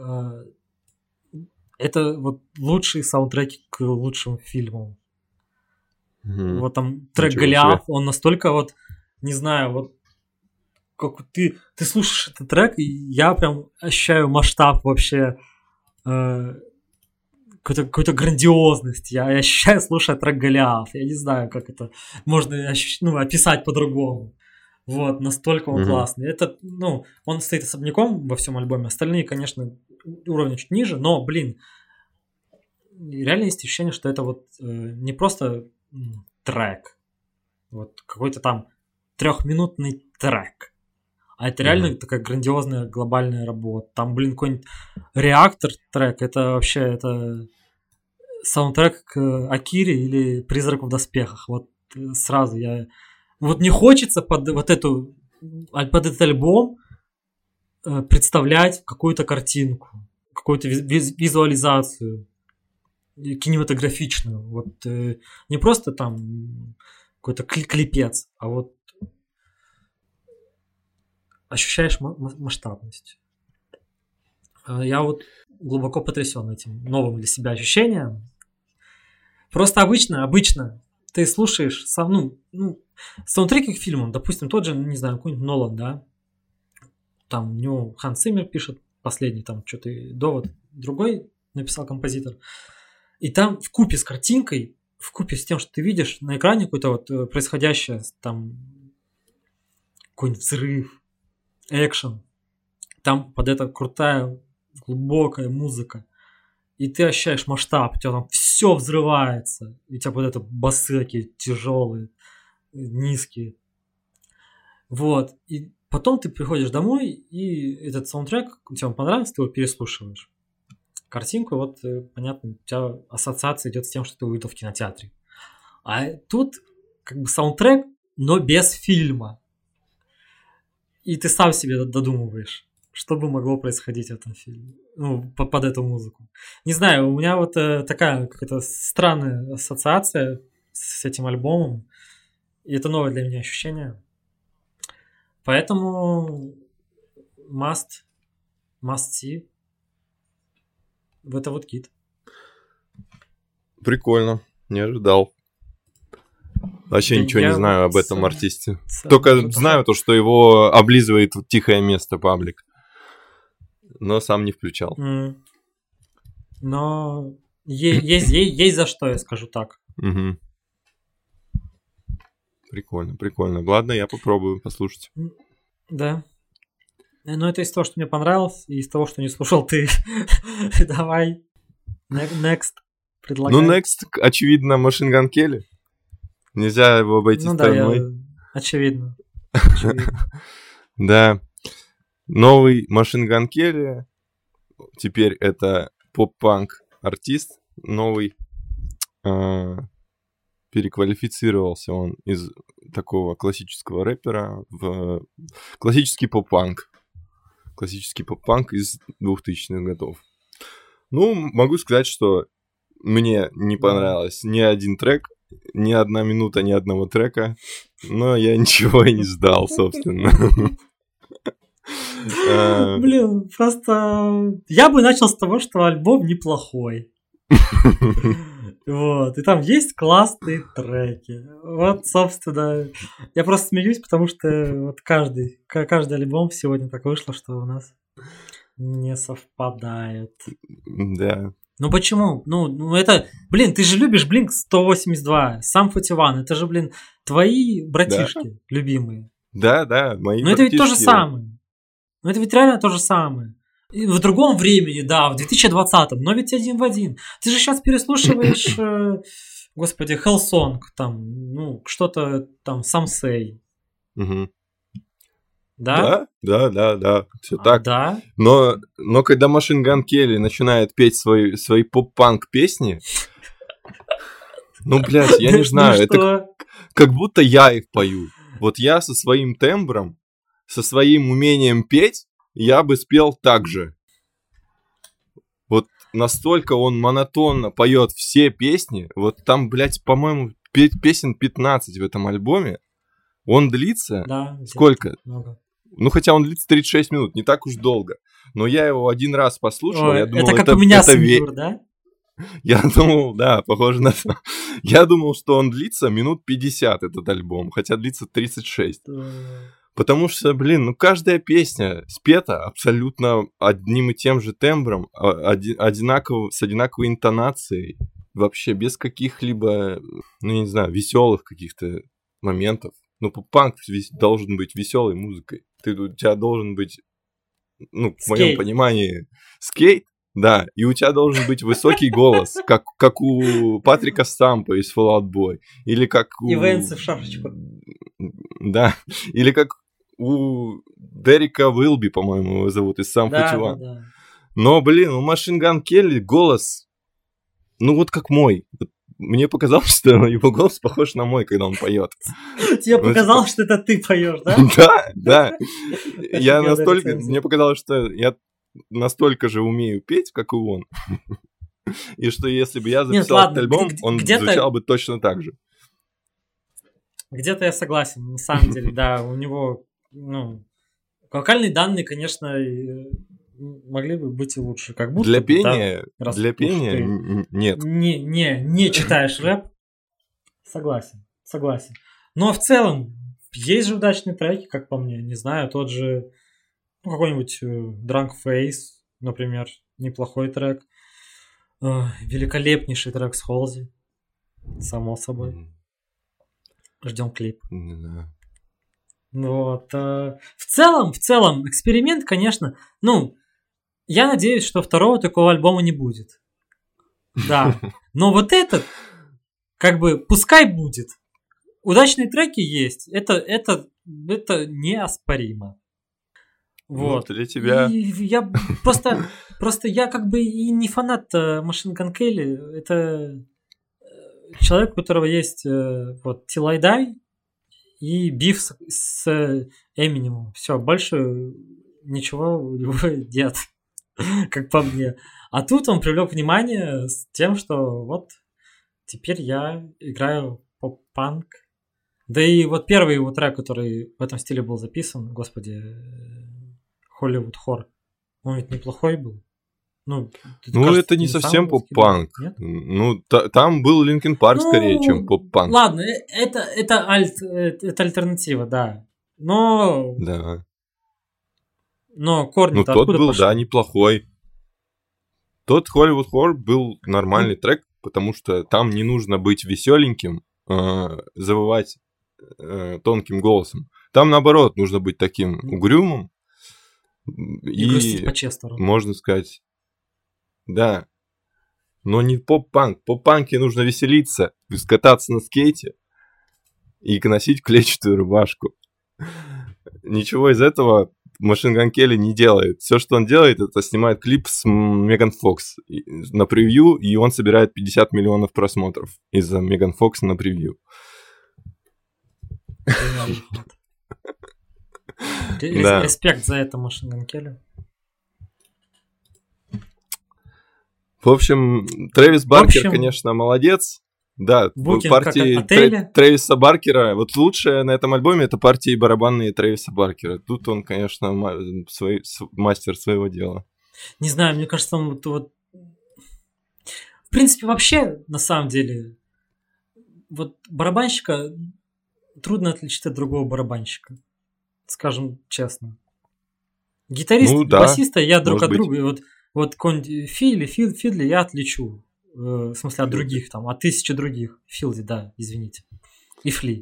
это вот лучшие саундтреки к лучшим фильмам. Вот там трек Голиаф, он настолько вот, не знаю, вот как ты слушаешь этот трек, и я прям ощущаю масштаб вообще какую-то грандиозность. Я ощущаю, слушая трек Голиаф. Я не знаю, как это можно описать по-другому. Вот, настолько он классный. Это, он стоит особняком во всем альбоме. Остальные, конечно, уровня чуть ниже, но, блин, реально есть ощущение, что это вот не просто трек, вот какой-то там 3-минутный трек, а это реально такая грандиозная глобальная работа. Там, блин, какой-нибудь реактор трек, это вообще это саундтрек к Акире или Призраку в доспехах. Вот сразу я... Вот не хочется под этот альбом представлять какую-то картинку, какую-то визуализацию кинематографичную. Вот не просто там какой-то клипец, а вот ощущаешь масштабность. Я вот глубоко потрясен этим новым для себя ощущением. Просто обычно ты слушаешь саундтреки к фильмам, допустим, тот же, не знаю, какой-нибудь Нолан, да, там у него Ханс Циммер пишет, последний там что-то довод, другой написал композитор, и там вкупе с картинкой, вкупе с тем, что ты видишь на экране какое-то вот происходящее, там какой-нибудь взрыв, экшен, там под это крутая, глубокая музыка, и ты ощущаешь масштаб, у тебя там все взрывается, и у тебя вот это басы такие тяжелые, низкие. Вот. И потом ты приходишь домой, и этот саундтрек, тебе он понравился, ты его переслушиваешь. Картинку, вот, понятно, у тебя ассоциация идет с тем, что ты увидел в кинотеатре. А тут как бы саундтрек, но без фильма. И ты сам себе додумываешь, что бы могло происходить в этом фильме, под эту музыку. Не знаю, у меня вот такая какая-то странная ассоциация с этим альбомом, и это новое для меня ощущение. Поэтому must see. Это вот кит. Прикольно, не ожидал. Вообще ничего не знаю об этом артисте. Только знаю то, что его облизывает «Тихое место» паблик. Но сам не включал. Но есть за что, я скажу так. Прикольно. Ладно, я попробую послушать. Да. Но это из того, что мне понравилось, и из того, что не слушал ты. Давай. Next. Предлагай. Ну, Next, очевидно, Machine Gun Kelly. Нельзя его обойти стороной. Да, очевидно. Да. Новый Machine Gun Kelly. Теперь это поп-панк артист. Новый. Переквалифицировался он из такого классического рэпера в классический поп-панк. Классический поп-панк из 2000-х годов. Ну, могу сказать, что мне не понравился ни один трек, ни одна минута ни одного трека, но я ничего и не ждал, собственно. Блин, просто я бы начал с того, что альбом неплохой. Вот, и там есть классные треки. Вот, собственно, я просто смеюсь, потому что вот каждый альбом сегодня так вышло, что у нас не совпадает. Да. Ну почему? Ну это, блин, ты же любишь Blink-182, Sum 41, это же, блин, твои братишки любимые. Да, мои братишки. Но это ведь то же самое. Ну это ведь реально то же самое. И в другом времени, да, в 2020-м, но ведь один в один. Ты же сейчас переслушиваешь, господи, Hellsong, там, ну, что-то там, Some Say. Угу. Да? Да, все так. Да? Но когда Machine Gun Kelly начинает петь свои поп-панк песни, ну, блядь, я не знаю, это как будто я их пою. Вот я со своим тембром, со своим умением петь, я бы спел так же. Вот настолько он монотонно поет все песни. Вот там, блядь, по-моему, песен 15 в этом альбоме. Он длится... Да, сколько? Много. Ну, хотя он длится 36 минут, не так уж долго. Но я его один раз послушал, я думал, это как у меня Смир, да? Я думал, да, похоже на то. Я думал, что он длится минут 50, этот альбом, хотя длится 36. Потому что, блин, каждая песня спета абсолютно одним и тем же тембром, одинаково, с одинаковой интонацией, вообще без каких-либо, не знаю, веселых каких-то моментов. Поп-панк должен быть веселой музыкой. У тебя должен быть, в моем понимании, скейт, да, и у тебя должен быть высокий голос, как у Патрика Стампа из Fall Out Boy, или как у... И Вэнса в шапочку. Да, или как у Дерека Уилби, по-моему, его зовут, из Sum 41. Да. Но, блин, у Machine Gun Kelly голос, вот как мой. Мне показалось, что его голос похож на мой, когда он поет. Тебе показалось, что это ты поешь, да? Да. Мне показалось, что я настолько же умею петь, как и он. И что если бы я записал этот альбом, он звучал бы точно так же. Где-то я согласен, на самом деле, да, у него, вокальные данные, конечно, могли бы быть и лучше, как будто. Для пения нет. Не читаешь рэп, согласен. Но в целом, есть же удачные треки, как по мне, не знаю, тот же, какой-нибудь Drunk Face, например, неплохой трек, великолепнейший трек с Холзи, само собой. Ждем клип. Да. В целом, эксперимент, конечно. Я надеюсь, что второго такого альбома не будет. Да. Но вот этот, пускай будет. Удачные треки есть. Это неоспоримо. Вот. Для тебя. Я просто я и не фанат Machine Gun Kelly. Это человек, у которого есть Till I Die и биф с Эминемом. Все, больше ничего у него нет, как по мне. А тут он привлек внимание с тем, что теперь я играю поп-панк. Да и первый его трек, который в этом стиле был записан, господи, Hollywood Horror, он ведь неплохой был. Кажется, это не совсем поп-панк. Там был Линкин Парк скорее, чем поп-панк. Ладно, это альтернатива, да. Но корни-то тот откуда был, пошли? да, неплохой. Тот Hollywood Horror был нормальный трек, потому что там не нужно быть веселеньким, завывать тонким голосом. Там, наоборот, нужно быть таким угрюмым. И грустить по Честеру. Можно сказать... Да, но не поп-панк. В поп-панке нужно веселиться, кататься на скейте и носить клетчатую рубашку. Ничего из этого Machine Gun Kelly не делает. Все, что он делает, это снимает клип с Меган Фокс на превью, и он собирает 50 миллионов просмотров из-за Меган Фокс на превью. Респект за это Machine Gun Kelly. В общем, Трэвис Баркер, конечно, молодец. Да, партии Трэвиса Баркера. Лучшее на этом альбоме — это партии барабанные Трэвиса Баркера. Тут он, конечно, мастер своего дела. Не знаю, мне кажется, он в принципе, вообще, на самом деле, барабанщика трудно отличить от другого барабанщика. Скажем честно. Гитарист и басиста я друг от друга... какой-нибудь Фидли я отличу. В смысле, от других, от 1000 других. Филди, да, извините. И Фли.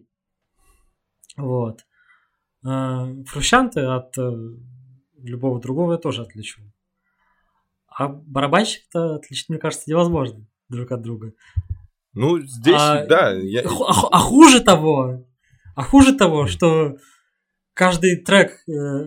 Фрущанты от любого другого я тоже отличу. А барабанщик-то отличить, мне кажется, невозможно друг от друга. Здесь, да. А хуже того, что каждый трек...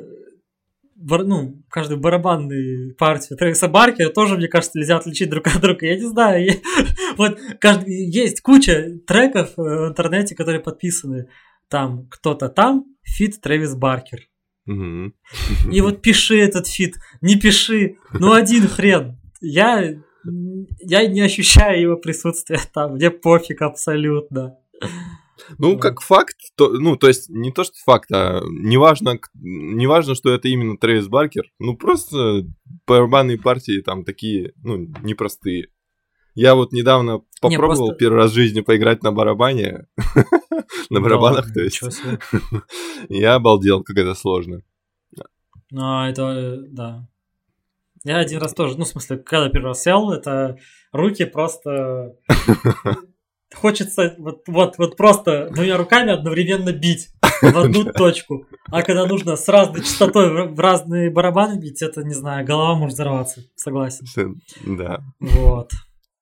каждую барабанную партию Трэвиса Баркера тоже, мне кажется, нельзя отличить друг от друга. Я не знаю. Есть куча треков в интернете, которые подписаны. Там кто-то там, фит Трэвис Баркер. И пиши этот фит, не пиши. один хрен. Я не ощущаю его присутствия там. Мне пофиг абсолютно. Как факт, то есть не то, что факт, а не важно, что это именно Трэвис Баркер. Просто барабанные партии там такие, непростые. Я вот недавно попробовал первый раз в жизни поиграть на барабане. На барабанах, то есть. Я обалдел, как это сложно. Это, да. Я один раз тоже, ну, в смысле, когда первый раз сел, это руки просто... Хочется вот просто двумя руками одновременно бить в одну точку. А когда нужно с разной частотой в разные барабаны бить, это, не знаю, голова может взорваться. Согласен. Да. Вот.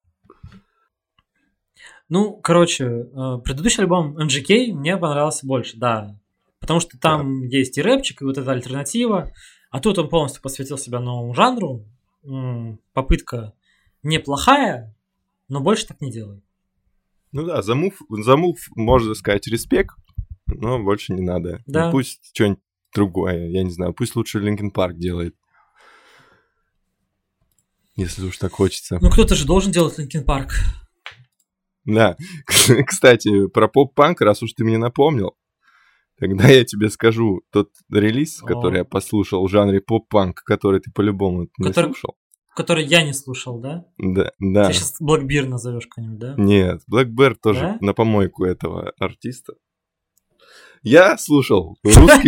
Ну, короче, предыдущий альбом NGK мне понравился больше, да. Потому что там есть и рэпчик, и вот эта альтернатива. А тут он полностью посвятил себя новому жанру. Попытка неплохая, но больше так не делай. Ну да, за мув, можно сказать, респект, но больше не надо. Да. Ну, пусть что-нибудь другое, я не знаю, пусть лучше Linkin Park делает. Если уж так хочется. Ну кто-то же должен делать Linkin Park. Да, кстати, про поп-панк, раз уж ты мне напомнил, тогда я тебе скажу тот релиз, который я послушал в жанре поп-панк, который ты по-любому не слушал. Который я не слушал, да? Да. Ты сейчас Black Bear назовешь какой-нибудь, да? Нет, Black Bear тоже на помойку этого артиста. Я слушал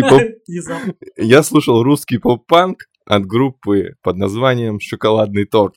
русский поп-панк от группы под названием «Шоколадный торт».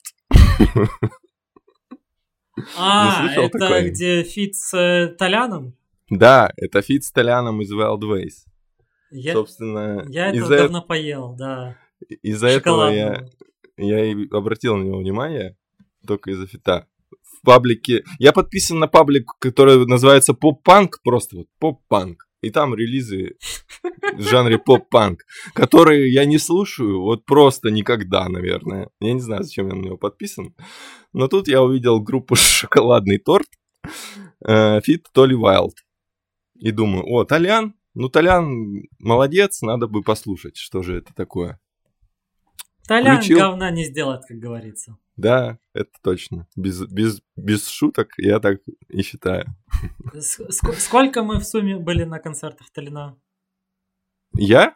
Это такой? Где фит с Толяном? Да, это фит с Толяном из Wild Ways. Собственно, я это давно поел, да. Из-за этого я и обратил на него внимание только из-за фита. В паблике... Я подписан на паблик, который называется поп-панк, просто вот поп-панк. И там релизы в жанре поп-панк, которые я не слушаю вот просто никогда, наверное. Я не знаю, зачем я на него подписан. Но тут я увидел группу «Шоколадный торт», фит Толи Вайлд. И думаю, Толян? Ну, Толян молодец, надо бы послушать, что же это такое. Толян говна не сделает, как говорится. Да, это точно. Без шуток я так и считаю. Сколько мы в сумме были на концертах Толяна? Я?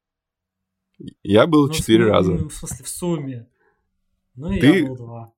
Я был 4 раза. В смысле, в сумме. Ну, и я был 2.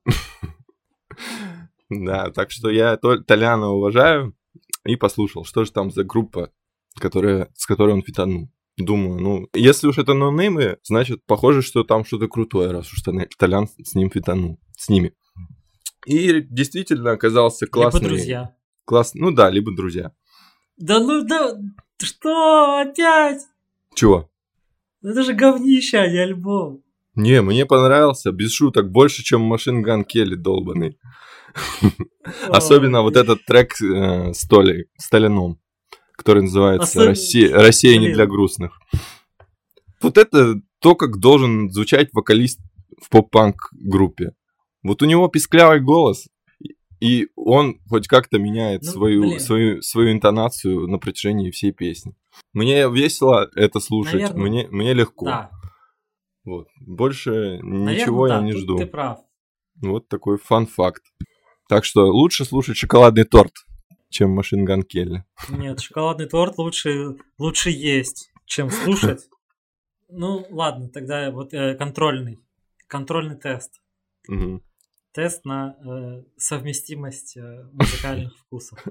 Да, так что я Толяна уважаю и послушал, что же там за группа, с которой он фитанул. Думаю, если уж это ноунеймы, значит, похоже, что там что-то крутое, раз уж Толян с ним фитанул, с ними. И действительно оказался классный. Либо друзья. Либо друзья. Да, что опять? Чего? Это же говнище, а не альбом. Не, мне понравился, без шуток, больше, чем Machine Gun Kelly долбаный. Особенно вот этот трек с Толяном, который называется «Россия не для грустных». Вот это то, как должен звучать вокалист в поп-панк группе. Вот у него писклявый голос, и он хоть как-то меняет свою интонацию на протяжении всей песни. Мне весело это слушать, мне легко. Да. Вот. Больше ничего я не жду. Ты прав. Вот такой фан-факт. Так что лучше слушать «Шоколадный торт», чем Machine Gun Kelly. Нет, «Шоколадный торт» лучше есть, чем слушать. Ну, ладно, тогда вот контрольный тест. Угу. Тест на совместимость музыкальных вкусов.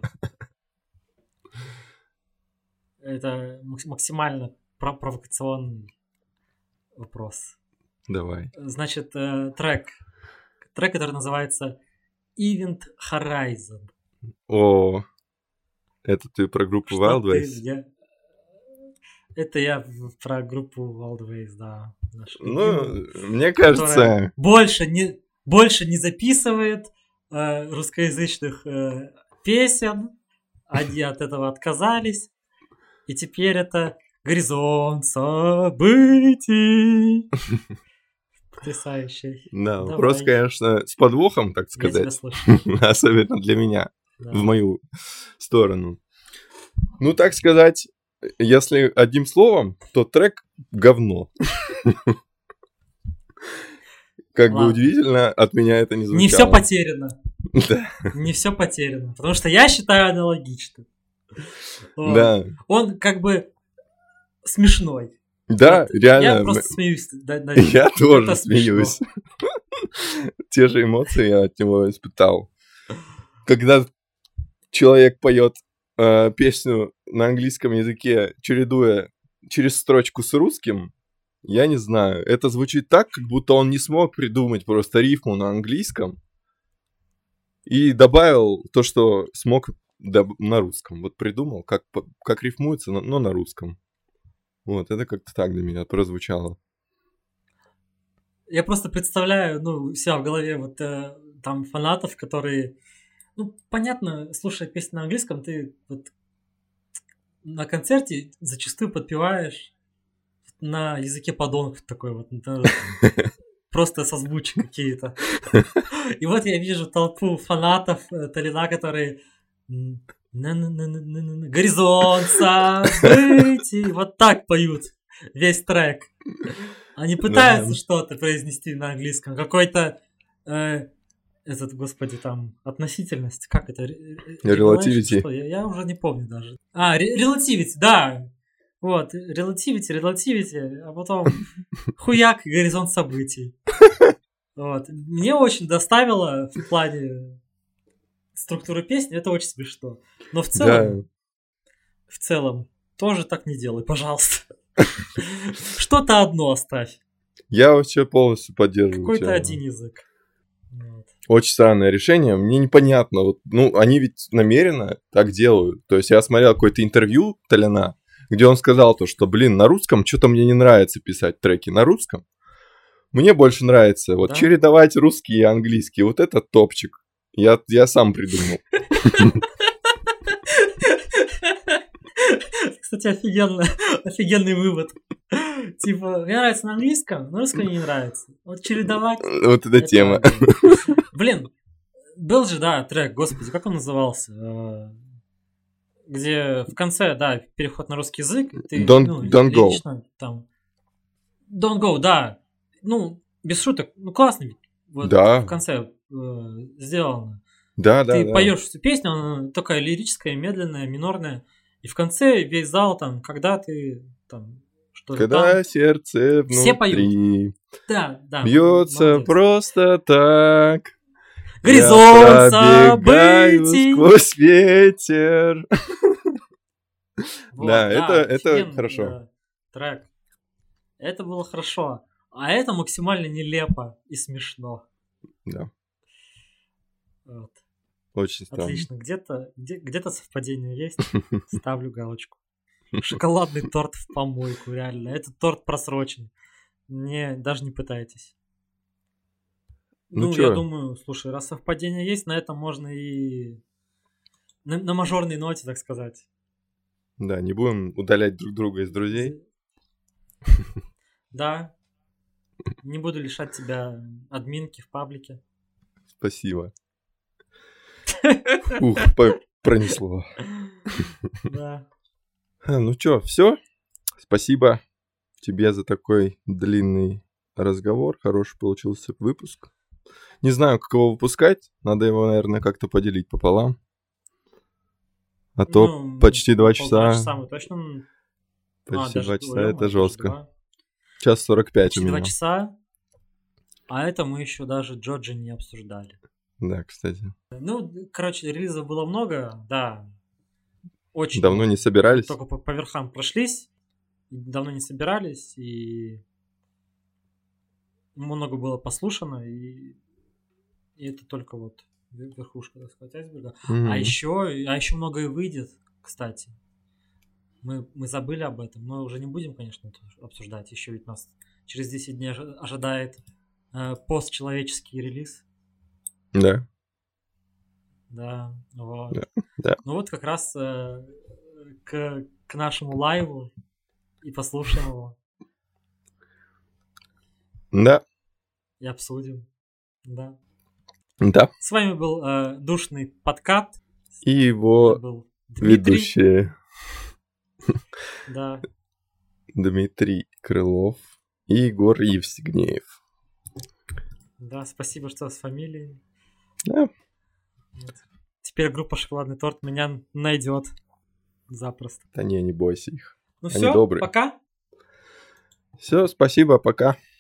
Это максимально провокационный вопрос. Давай. Значит, трек, который называется Event Horizon. О, это ты про группу Wild Ways? Это я про группу Wild Ways, да. Мне кажется... Больше не записывает русскоязычных песен. Они от этого отказались. И теперь это горизонт событий. Потрясающий. Да, вопрос, конечно, с подвохом, так сказать. Я тебя слышу. Особенно для меня, в мою сторону. Ну, так сказать, если одним словом, то трек говно. Как бы удивительно, от меня это не звучало. Не все потеряно. Да. Не все потеряно. Потому что я считаю аналогично. Да. Он как бы смешной. Да, реально. Я просто смеюсь. Я тоже смеюсь. те же эмоции я от него испытал. Когда человек поет песню на английском языке, чередуя через строчку с русским, я не знаю. Это звучит так, как будто он не смог придумать просто рифму на английском и добавил то, что смог на русском. Вот придумал, как рифмуется, но на русском. Вот, это как-то так для меня прозвучало. Я просто представляю, у себя в голове вот там фанатов, которые... понятно, слушая песню на английском, ты вот на концерте зачастую подпеваешь на языке подонков такой вот. Просто созвучие какие-то. И вот я вижу толпу фанатов Толина, которые... Горизонт событий. Вот так поют весь трек. Они пытаются что-то произнести на английском. Какой-то... господи, там, относительность. Как это? Relativity. Я уже не помню даже. Relativity, да. Вот, relativity, а потом хуяк, горизонт событий. Вот. Мне очень доставило в плане структуры песни, это очень смешно. Но в целом, тоже так не делай, пожалуйста. Что-то одно оставь. Я вообще полностью поддерживаю. Какой-то один язык. Очень странное решение, мне непонятно. Они ведь намеренно так делают. То есть я смотрел какое-то интервью Толина, где он сказал то, что, на русском что-то мне не нравится писать треки на русском. Мне больше нравится чередовать русский и английский. Вот это топчик. Я сам придумал. Кстати, офигенный вывод. Типа, мне нравится на английском, но русском мне не нравится. Вот чередовать... Вот эта тема. Был же, трек, господи, как он назывался? Где в конце, переход на русский язык. Ты, don't go. Там, don't go, да. Без шуток, классно ведь. Вот в конце сделано. Да. Ты поешь всю песню, она такая лирическая, медленная, минорная. И в конце весь зал там, когда ты там что-то когда там, сердце внутри все поют. Да, бьется молодец. просто так. Горизонт событий. Сквозь ветер. Вот, да, это хорошо. Да, трек. Это было хорошо. А это максимально нелепо и смешно. Да. Вот. Очень странно. Отлично. Где-то совпадение есть. Ставлю галочку. Шоколадный торт в помойку, реально. Этот торт просрочен. Даже не пытайтесь. Я думаю, слушай, раз совпадение есть, на этом можно и на мажорной ноте, так сказать. Да, не будем удалять друг друга из друзей. Да. Не буду лишать тебя админки в паблике. Спасибо. Ух, пронесло. Да. Ну чё, все? Спасибо тебе за такой длинный разговор. Хороший получился выпуск. Не знаю, как его выпускать. Надо его, наверное, как-то поделить пополам. А то почти 2 часа. 2 часа мы точно... Почти 2 часа, это жестко. Час 45 почти у меня. 2 часа. А это мы еще даже Джорджи не обсуждали. Да, кстати. Релизов было много, да. Очень давно много. Не собирались? Только по верхам прошлись. Давно не собирались. И много было послушано. И это только вот верхушка, так сказать, айсберга. Mm-hmm. А еще многое выйдет, кстати. Мы забыли об этом, но уже не будем, конечно, это обсуждать. Еще ведь нас через 10 дней ожидает постчеловеческий релиз. Да. Да, вот. Да. Ну вот как раз к нашему лайву и послушаем его. Да. И обсудим. Да. Да. С вами был душный подкат. И его был ведущие. Да. Дмитрий Крылов и Егор Евстигнеев. Да, спасибо, что с фамилией. Да. Вот. Теперь группа «Шоколадный торт» меня найдет запросто. Да не бойся их. Ну Они все, добрые. пока. Все, спасибо, пока.